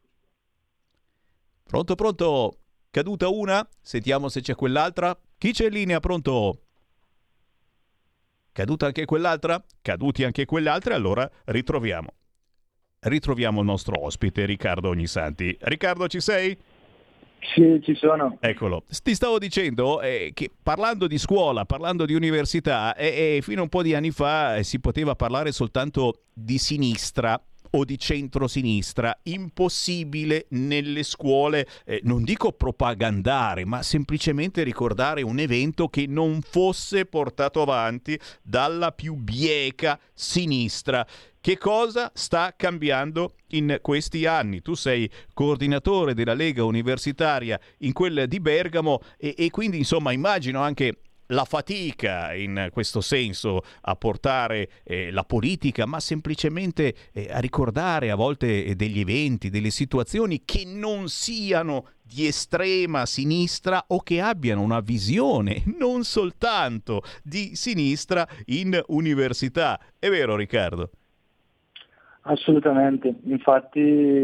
Caduta una? Sentiamo se c'è quell'altra. Chi c'è in linea? Pronto? Caduta anche quell'altra? Caduti anche quell'altra? Allora ritroviamo ritroviamo il nostro ospite Riccardo Ognisanti. Riccardo, ci sei? Sì, ci sono. Eccolo. Ti stavo dicendo che parlando di scuola, parlando di università, fino a un po' di anni fa si poteva parlare soltanto di sinistra o di centrosinistra. Impossibile nelle scuole, non dico propagandare, ma semplicemente ricordare un evento che non fosse portato avanti dalla più bieca sinistra. Che cosa sta cambiando in questi anni? Tu sei coordinatore della Lega Universitaria in quella di Bergamo e quindi insomma immagino anche la fatica in questo senso a portare la politica, ma semplicemente a ricordare a volte degli eventi, delle situazioni che non siano di estrema sinistra o che abbiano una visione non soltanto di sinistra in università. È vero, Riccardo? Assolutamente, infatti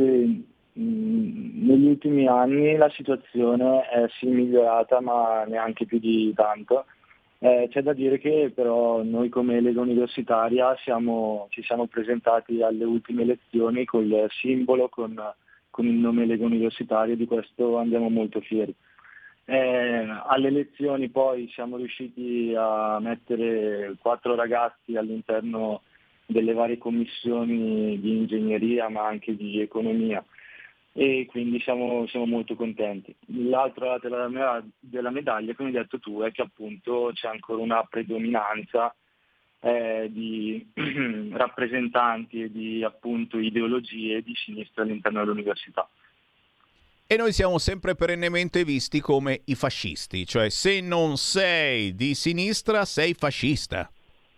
negli ultimi anni la situazione è sì migliorata, ma neanche più di tanto. C'è da dire che però noi come Lega Universitaria ci siamo presentati alle ultime elezioni col simbolo, con il nome Lega Universitaria, e di questo andiamo molto fieri. Alle elezioni poi siamo riusciti a mettere 4 ragazzi all'interno delle varie commissioni di ingegneria ma anche di economia, e quindi siamo molto contenti. L'altro lato della medaglia, come hai detto tu, è che appunto c'è ancora una predominanza di rappresentanti e di appunto ideologie di sinistra all'interno dell'università. E noi siamo sempre perennemente visti come i fascisti, cioè se non sei di sinistra sei fascista.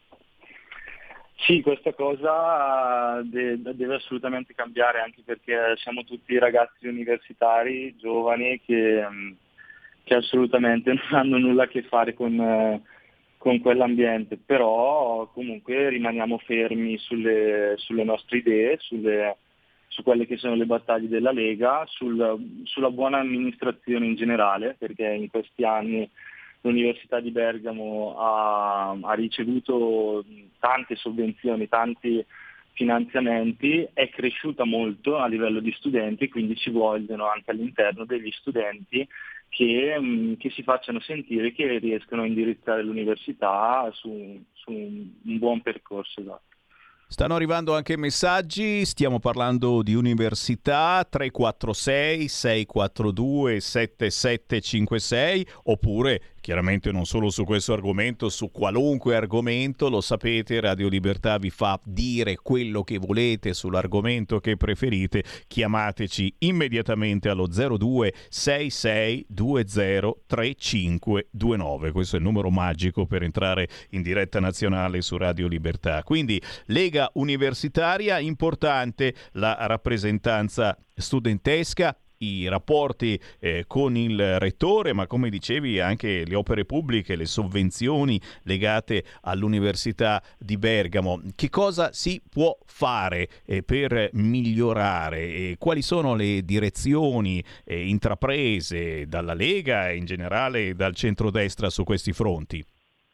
Sì, questa cosa deve assolutamente cambiare, anche perché siamo tutti ragazzi universitari, giovani, che assolutamente non hanno nulla a che fare con quell'ambiente, però comunque rimaniamo fermi sulle nostre idee, su quelle che sono le battaglie della Lega, sulla buona amministrazione in generale, perché in questi anni l'Università di Bergamo ha ricevuto tante sovvenzioni, tanti finanziamenti, è cresciuta molto a livello di studenti, quindi ci vogliono anche all'interno degli studenti che si facciano sentire, che riescano a indirizzare l'università su un buon percorso. Esatto. Stanno arrivando anche messaggi, stiamo parlando di università, 346 642 7756, oppure chiaramente non solo su questo argomento, su qualunque argomento, lo sapete, Radio Libertà vi fa dire quello che volete sull'argomento che preferite, chiamateci immediatamente allo 02 66 20 3529, questo è il numero magico per entrare in diretta nazionale su Radio Libertà. Quindi Lega Universitaria, importante la rappresentanza studentesca, i rapporti con il rettore, ma come dicevi anche le opere pubbliche, le sovvenzioni legate all'Università di Bergamo. Che cosa si può fare per migliorare? Quali sono le direzioni intraprese dalla Lega e in generale dal centrodestra su questi fronti?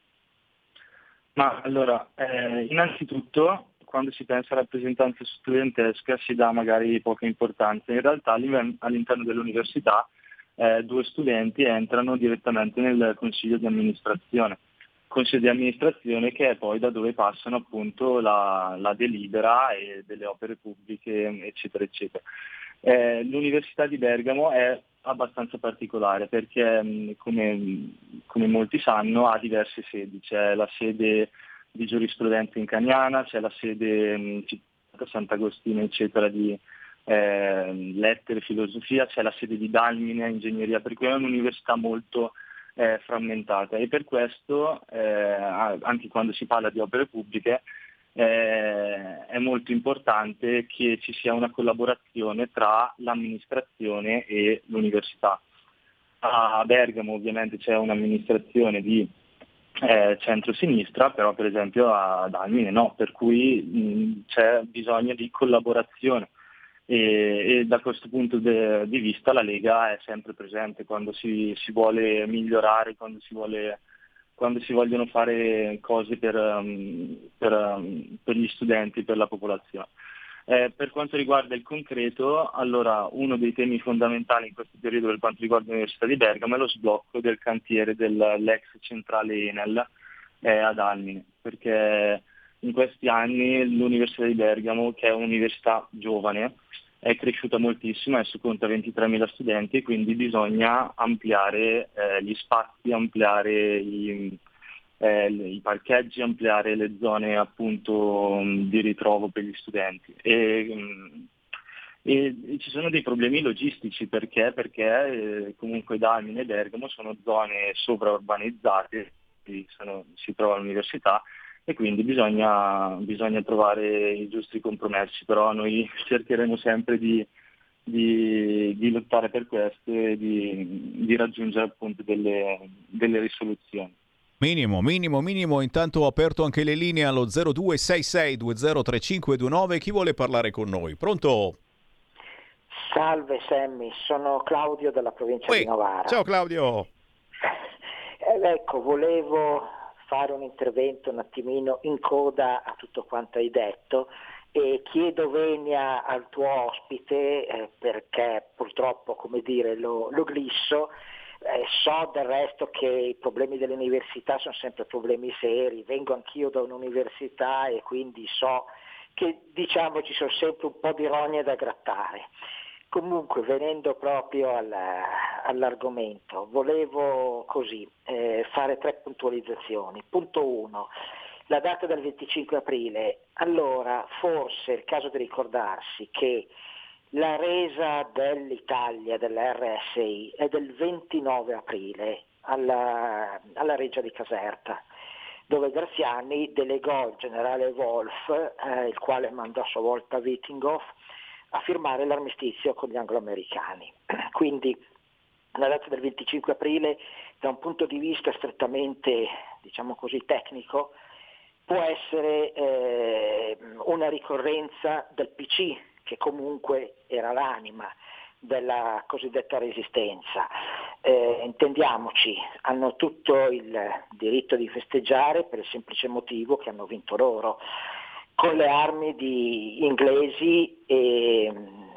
Ma allora, innanzitutto, quando si pensa a rappresentanza studentesca si dà magari poca importanza. In realtà all'interno dell'università 2 studenti entrano direttamente nel consiglio di amministrazione. Consiglio di amministrazione che è poi da dove passano appunto la delibera e delle opere pubbliche, eccetera, eccetera. L'Università di Bergamo è abbastanza particolare perché, come molti sanno, ha diverse sedi. C'è la sede di giurisprudenza in Caniana, c'è la sede Sant'Agostino, eccetera, di lettere, filosofia, c'è la sede di Dalmine, ingegneria, per cui è un'università molto frammentata, e per questo anche quando si parla di opere pubbliche è molto importante che ci sia una collaborazione tra l'amministrazione e l'università. A Bergamo ovviamente c'è un'amministrazione di centro-sinistra, però per esempio ad Almine no, per cui c'è bisogno di collaborazione e da questo punto di vista la Lega è sempre presente quando si vuole migliorare, quando si vogliono fare cose per gli studenti, per la popolazione. Per quanto riguarda il concreto, allora uno dei temi fondamentali in questo periodo per quanto riguarda l'Università di Bergamo è lo sblocco del cantiere dell'ex centrale Enel ad Almine, perché in questi anni l'Università di Bergamo, che è un'università giovane, è cresciuta moltissimo, adesso conta 23.000 studenti e quindi bisogna ampliare gli spazi, ampliare i parcheggi, ampliare le zone appunto di ritrovo per gli studenti e ci sono dei problemi logistici perché comunque Dalmine e Bergamo sono zone sovraurbanizzate, si trova l'università e quindi bisogna trovare i giusti compromessi, però noi cercheremo sempre di lottare per questo e di raggiungere appunto delle risoluzioni. Minimo, intanto ho aperto anche le linee allo 0266203529, chi vuole parlare con noi? Pronto? Salve Sammy, sono Claudio della provincia di Novara. Ciao Claudio! Ecco, volevo fare un intervento un attimino in coda a tutto quanto hai detto e chiedo venia al tuo ospite perché purtroppo, come dire, lo glisso. So del resto che i problemi dell'università sono sempre problemi seri, vengo anch'io da un'università e quindi so che diciamo ci sono sempre un po' di rogne da grattare. Comunque venendo proprio all'argomento, volevo così fare 3 puntualizzazioni. Punto 1, la data del 25 aprile, allora forse è il caso di ricordarsi che la resa dell'Italia, dell'RSI, è del 29 aprile alla Reggia di Caserta, dove Graziani delegò il generale Wolf, il quale mandò a sua volta Wittgenhoff, a firmare l'armistizio con gli anglo-americani. Quindi la data del 25 aprile, da un punto di vista strettamente, diciamo così, tecnico, può essere una ricorrenza del PC, che comunque era l'anima della cosiddetta resistenza. Intendiamoci, hanno tutto il diritto di festeggiare per il semplice motivo che hanno vinto loro, con le armi di inglesi e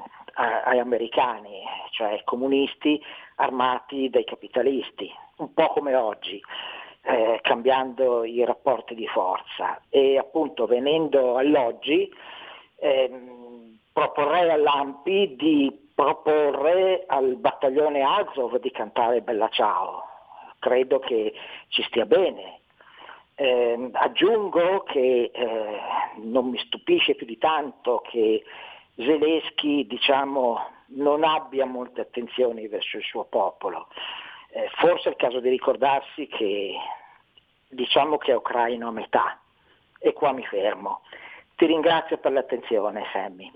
americani, cioè comunisti armati dai capitalisti, un po' come oggi, cambiando i rapporti di forza. E appunto venendo all'oggi, proporrei all'ANPI di proporre al battaglione Azov di cantare Bella Ciao, credo che ci stia bene. Aggiungo che non mi stupisce più di tanto che Zelensky, diciamo, non abbia molte attenzioni verso il suo popolo. Forse è il caso di ricordarsi che diciamo che è ucraino a metà, e qua mi fermo. Ti ringrazio per l'attenzione, Sammy.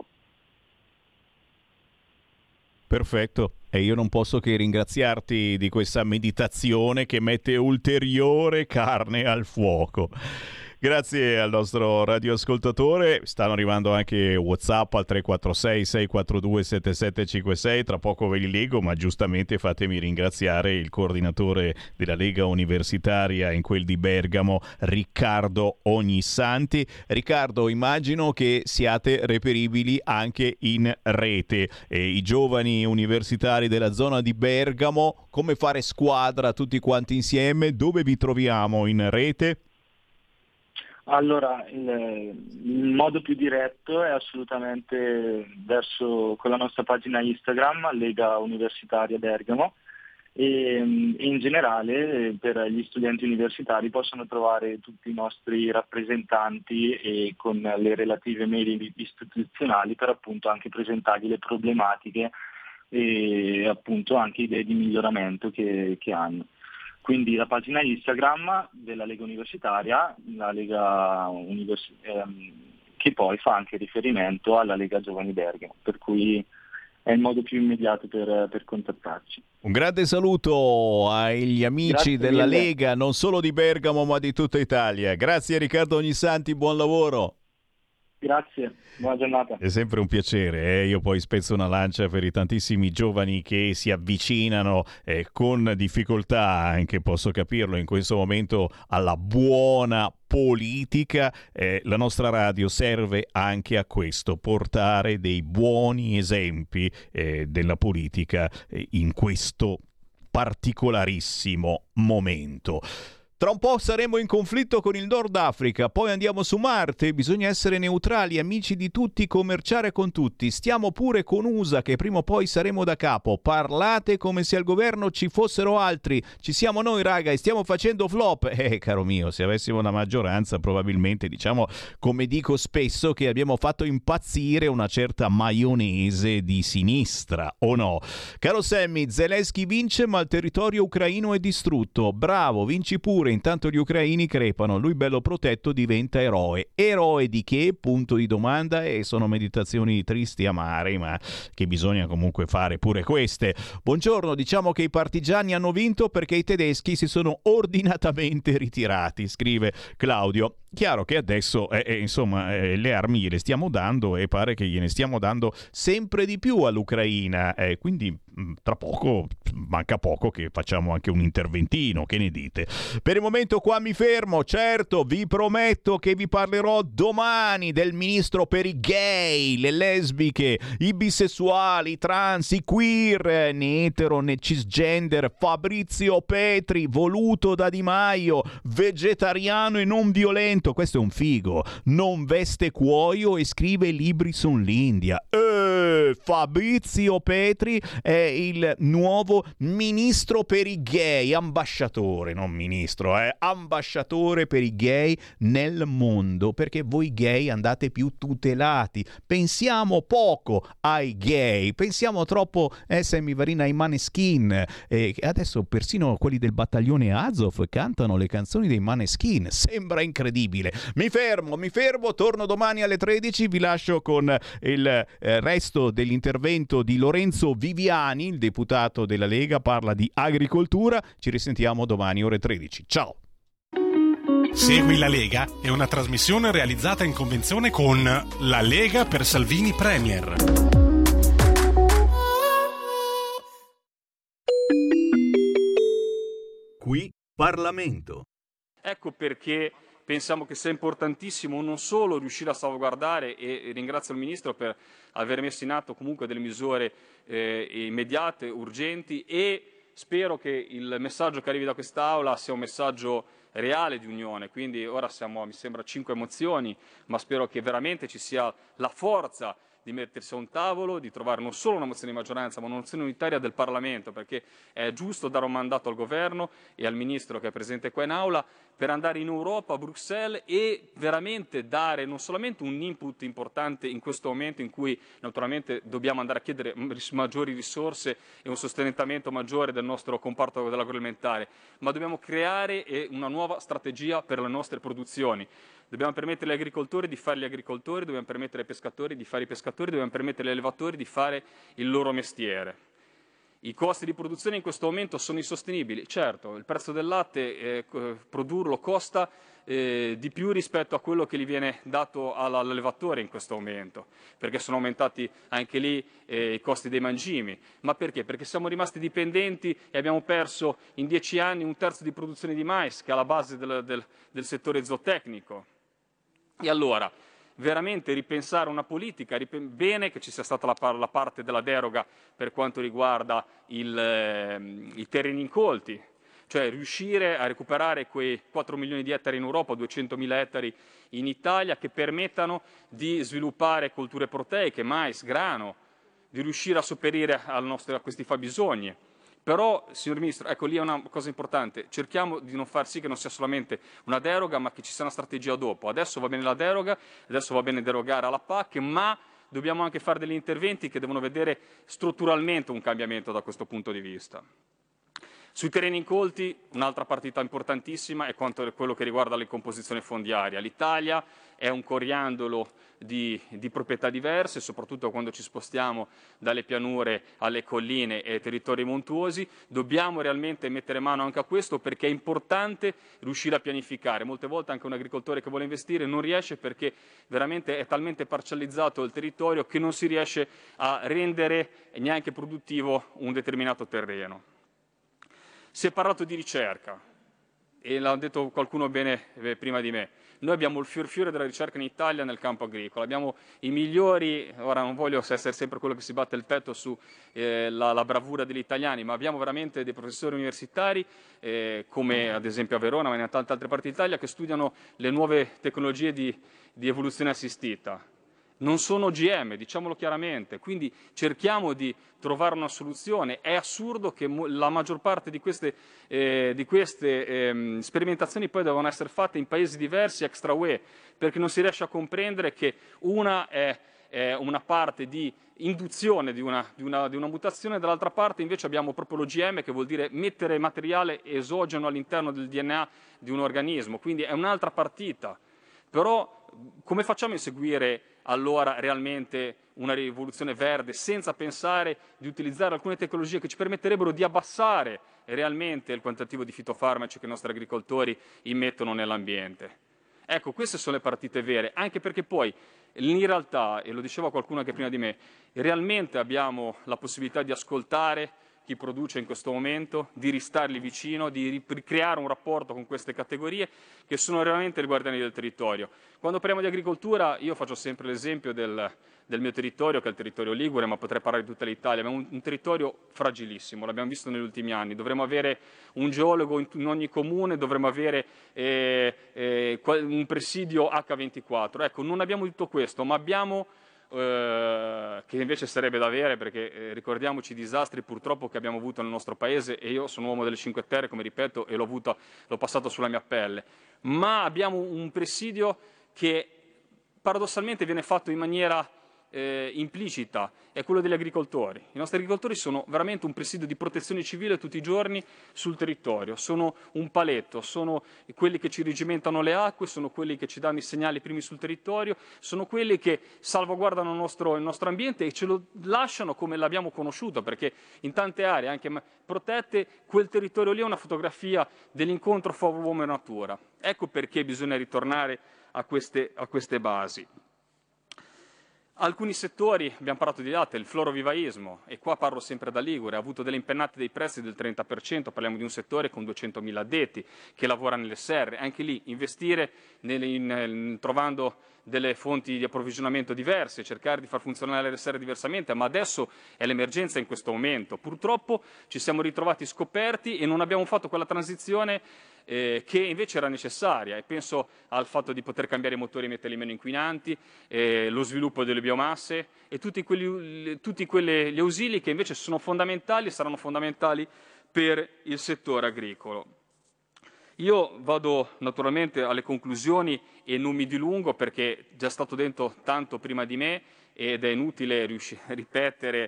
Perfetto, e io non posso che ringraziarti di questa meditazione che mette ulteriore carne al fuoco. Grazie al nostro radioascoltatore, stanno arrivando anche WhatsApp al 346-642-7756, tra poco ve li leggo, ma giustamente fatemi ringraziare il coordinatore della Lega Universitaria in quel di Bergamo, Riccardo Ognissanti. Riccardo, immagino che siate reperibili anche in rete. I giovani universitari della zona di Bergamo, come fare squadra tutti quanti insieme? Dove vi troviamo in rete? Allora, il modo più diretto è assolutamente con la nostra pagina Instagram, Lega Universitaria Bergamo, e in generale per gli studenti universitari possono trovare tutti i nostri rappresentanti e con le relative mail istituzionali per appunto anche presentargli le problematiche e appunto anche idee di miglioramento che hanno. Quindi la pagina Instagram della Lega Universitaria, la Lega che poi fa anche riferimento alla Lega Giovani Bergamo, per cui è il modo più immediato per contattarci. Un grande saluto agli amici Grazie della mille. Lega, non solo di Bergamo ma di tutta Italia. Grazie Riccardo Ognissanti, buon lavoro. Grazie, buona giornata. È sempre un piacere, Io poi spezzo una lancia per i tantissimi giovani che si avvicinano con difficoltà, anche posso capirlo in questo momento, alla buona politica. La nostra radio serve anche a questo, portare dei buoni esempi della politica in questo particolarissimo momento. Tra un po' saremo in conflitto con il Nord Africa, poi andiamo su Marte, bisogna essere neutrali, amici di tutti, commerciare con tutti. Stiamo pure con USA, che prima o poi saremo da capo. Parlate come se al governo ci fossero altri. Ci siamo noi, raga, e stiamo facendo flop. Caro mio, se avessimo una maggioranza, probabilmente, diciamo, come dico spesso, che abbiamo fatto impazzire una certa maionese di sinistra, o no? Caro Sammy, Zelensky vince, ma il territorio ucraino è distrutto. Bravo, vinci pure. Intanto gli ucraini crepano, lui bello protetto diventa eroe. Eroe di che? Punto di domanda. E sono meditazioni tristi, amare, ma che bisogna comunque fare pure queste. Buongiorno, diciamo che i partigiani hanno vinto perché i tedeschi si sono ordinatamente ritirati, scrive Claudio. Chiaro che adesso le armi gliele stiamo dando e pare che gliene stiamo dando sempre di più all'Ucraina, quindi tra poco, manca poco che facciamo anche un interventino, che ne dite? Per il momento qua mi fermo, certo vi prometto che vi parlerò domani del ministro per i gay, le lesbiche, i bisessuali, i trans, i queer, né etero né cisgender, Fabrizio Petri, voluto da Di Maio, vegetariano e non violento. Questo è un figo, non veste cuoio e scrive libri sull'India. Fabrizio Petri è il nuovo ministro per i gay, ambasciatore, non ministro, ambasciatore per i gay nel mondo, perché voi gay andate più tutelati. Pensiamo poco ai gay, pensiamo troppo, Sammy Varina, ai Maneskin, adesso persino quelli del battaglione Azov cantano le canzoni dei Maneskin, sembra incredibile. Mi fermo, torno domani alle 13, vi lascio con il resto dell'intervento di Lorenzo Viviani, il deputato della Lega, parla di agricoltura. Ci risentiamo domani ore 13. Ciao. Segui la Lega è una trasmissione realizzata in convenzione con La Lega per Salvini Premier. Qui Parlamento. Ecco perché pensiamo che sia importantissimo non solo riuscire a salvaguardare, e ringrazio il Ministro per aver messo in atto comunque delle misure immediate, urgenti, e spero che il messaggio che arrivi da quest'Aula sia un messaggio reale di unione. Quindi ora siamo, mi sembra, 5 mozioni, ma spero che veramente ci sia la forza di mettersi a un tavolo, di trovare non solo una mozione di maggioranza, ma una mozione unitaria del Parlamento, perché è giusto dare un mandato al Governo e al Ministro che è presente qua in Aula per andare in Europa, a Bruxelles, e veramente dare non solamente un input importante in questo momento in cui naturalmente dobbiamo andare a chiedere maggiori risorse e un sostentamento maggiore del nostro comparto dell'agroalimentare, ma dobbiamo creare una nuova strategia per le nostre produzioni. Dobbiamo permettere agli agricoltori di fare gli agricoltori, dobbiamo permettere ai pescatori di fare i pescatori, dobbiamo permettere agli allevatori di fare il loro mestiere. I costi di produzione in questo momento sono insostenibili. Certo, il prezzo del latte, produrlo costa di più rispetto a quello che gli viene dato all'allevatore in questo momento, perché sono aumentati anche lì i costi dei mangimi. Ma perché? Perché siamo rimasti dipendenti e abbiamo perso in 10 anni 1/3 di produzione di mais, che è alla base del settore zootecnico. E allora, veramente ripensare una politica, bene che ci sia stata la parte della deroga per quanto riguarda i terreni incolti, cioè riuscire a recuperare quei 4 milioni di ettari in Europa, 200.000 ettari in Italia, che permettano di sviluppare colture proteiche, mais, grano, di riuscire a sopperire a questi fabbisogni. Però, signor Ministro, ecco, lì è una cosa importante, cerchiamo di non far sì che non sia solamente una deroga, ma che ci sia una strategia dopo. Adesso va bene la deroga, adesso va bene derogare alla PAC, ma dobbiamo anche fare degli interventi che devono vedere strutturalmente un cambiamento da questo punto di vista. Sui terreni incolti, un'altra partita importantissima è quello che riguarda le composizioni fondiarie. L'Italia è un coriandolo di proprietà diverse, soprattutto quando ci spostiamo dalle pianure alle colline e ai territori montuosi. Dobbiamo realmente mettere mano anche a questo, perché è importante riuscire a pianificare. Molte volte anche un agricoltore che vuole investire non riesce, perché veramente è talmente parcellizzato il territorio che non si riesce a rendere neanche produttivo un determinato terreno. Si è parlato di ricerca e l'ha detto qualcuno bene prima di me. Noi abbiamo il fiore della ricerca in Italia nel campo agricolo, abbiamo i migliori, ora non voglio essere sempre quello che si batte il petto su la bravura degli italiani, ma abbiamo veramente dei professori universitari, come ad esempio a Verona, ma in tante altre parti d'Italia, che studiano le nuove tecnologie di evoluzione assistita. Non sono OGM, diciamolo chiaramente, quindi cerchiamo di trovare una soluzione. È assurdo che la maggior parte di queste sperimentazioni poi devono essere fatte in paesi diversi, extra UE, perché non si riesce a comprendere che una è una parte di induzione di una mutazione, dall'altra parte invece abbiamo proprio l'OGM, che vuol dire mettere materiale esogeno all'interno del DNA di un organismo, quindi è un'altra partita. Però come facciamo a inseguire allora realmente una rivoluzione verde senza pensare di utilizzare alcune tecnologie che ci permetterebbero di abbassare realmente il quantitativo di fitofarmaci che i nostri agricoltori immettono nell'ambiente? Ecco, queste sono le partite vere, anche perché poi in realtà, e lo diceva qualcuno anche prima di me, realmente abbiamo la possibilità di ascoltare chi produce in questo momento, di ristargli vicino, di ricreare un rapporto con queste categorie che sono realmente i guardiani del territorio. Quando parliamo di agricoltura io faccio sempre l'esempio del mio territorio, che è il territorio ligure, ma potrei parlare di tutta l'Italia. Abbiamo un territorio fragilissimo, l'abbiamo visto negli ultimi anni. Dovremmo avere un geologo in ogni comune, dovremmo avere un presidio H24. Ecco, non abbiamo tutto questo, ma abbiamo che invece sarebbe da avere, perché ricordiamoci i disastri purtroppo che abbiamo avuto nel nostro paese, e io sono uomo delle Cinque Terre, come ripeto, e l'ho passato sulla mia pelle, ma abbiamo un presidio che paradossalmente viene fatto in maniera implicita, è quello degli agricoltori. I nostri agricoltori sono veramente un presidio di protezione civile tutti i giorni sul territorio, sono un paletto, sono quelli che ci rigimentano le acque, sono quelli che ci danno i segnali primi sul territorio, sono quelli che salvaguardano il nostro ambiente e ce lo lasciano come l'abbiamo conosciuto, perché in tante aree anche protette quel territorio lì è una fotografia dell'incontro fra uomo e natura. Ecco perché bisogna ritornare a queste basi. Alcuni settori, abbiamo parlato di latte, il florovivaismo, e qua parlo sempre da Ligure, ha avuto delle impennate dei prezzi del 30%, parliamo di un settore con 200.000 addetti che lavora nelle serre, anche lì investire trovando delle fonti di approvvigionamento diverse, cercare di far funzionare le serre diversamente, ma adesso è l'emergenza in questo momento. Purtroppo ci siamo ritrovati scoperti e non abbiamo fatto quella transizione che invece era necessaria, e penso al fatto di poter cambiare i motori e metterli meno inquinanti, lo sviluppo delle biomasse e tutti gli ausili che invece sono fondamentali e saranno fondamentali per il settore agricolo. Io vado naturalmente alle conclusioni e non mi dilungo, perché è già stato detto tanto prima di me ed è inutile ripetere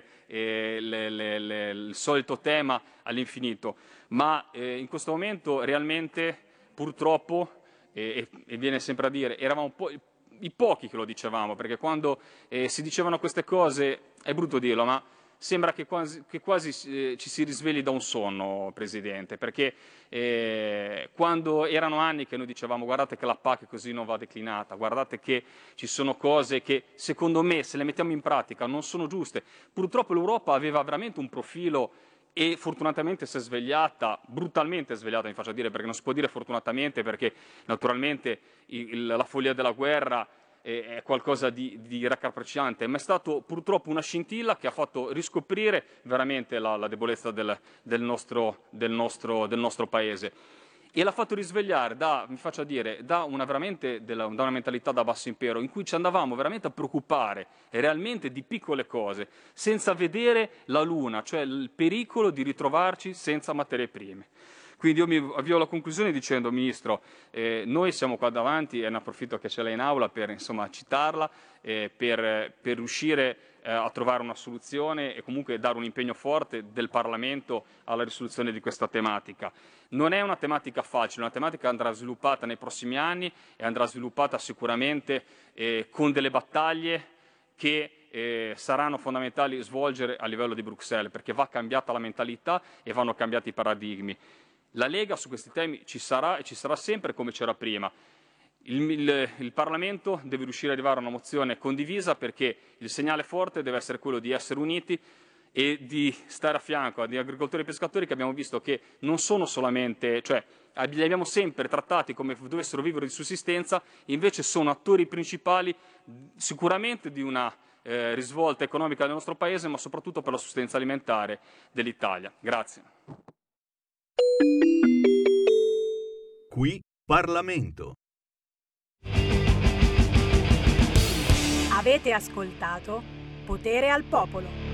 il solito tema all'infinito, ma in questo momento realmente purtroppo, e viene sempre a dire, eravamo i pochi che lo dicevamo, perché quando si dicevano queste cose, è brutto dirlo, ma sembra che quasi ci si risvegli da un sonno, Presidente, perché quando erano anni che noi dicevamo guardate che la PAC così non va declinata, guardate che ci sono cose che secondo me se le mettiamo in pratica non sono giuste. Purtroppo l'Europa aveva veramente un profilo e fortunatamente si è svegliata, brutalmente svegliata mi faccio dire, perché non si può dire fortunatamente, perché naturalmente la follia della guerra è qualcosa di raccapricciante, ma è stato purtroppo una scintilla che ha fatto riscoprire veramente la debolezza del nostro paese, e l'ha fatto risvegliare da una mentalità da basso impero, in cui ci andavamo veramente a preoccupare realmente di piccole cose, senza vedere la luna, cioè il pericolo di ritrovarci senza materie prime. Quindi io mi avvio alla conclusione dicendo, Ministro, noi siamo qua davanti e ne approfitto che ce l'ha in aula per citarla, per riuscire a trovare una soluzione e comunque dare un impegno forte del Parlamento alla risoluzione di questa tematica. Non è una tematica facile, una tematica che andrà sviluppata nei prossimi anni e andrà sviluppata sicuramente con delle battaglie che saranno fondamentali svolgere a livello di Bruxelles, perché va cambiata la mentalità e vanno cambiati i paradigmi. La Lega su questi temi ci sarà e ci sarà sempre come c'era prima. Il Parlamento deve riuscire ad arrivare a una mozione condivisa, perché il segnale forte deve essere quello di essere uniti e di stare a fianco agli agricoltori e pescatori, che abbiamo visto che non sono solamente, cioè li abbiamo sempre trattati come dovessero vivere di sussistenza, invece sono attori principali sicuramente di una risvolta economica del nostro Paese, ma soprattutto per la sussistenza alimentare dell'Italia. Grazie. Qui Parlamento. Avete ascoltato Potere al Popolo.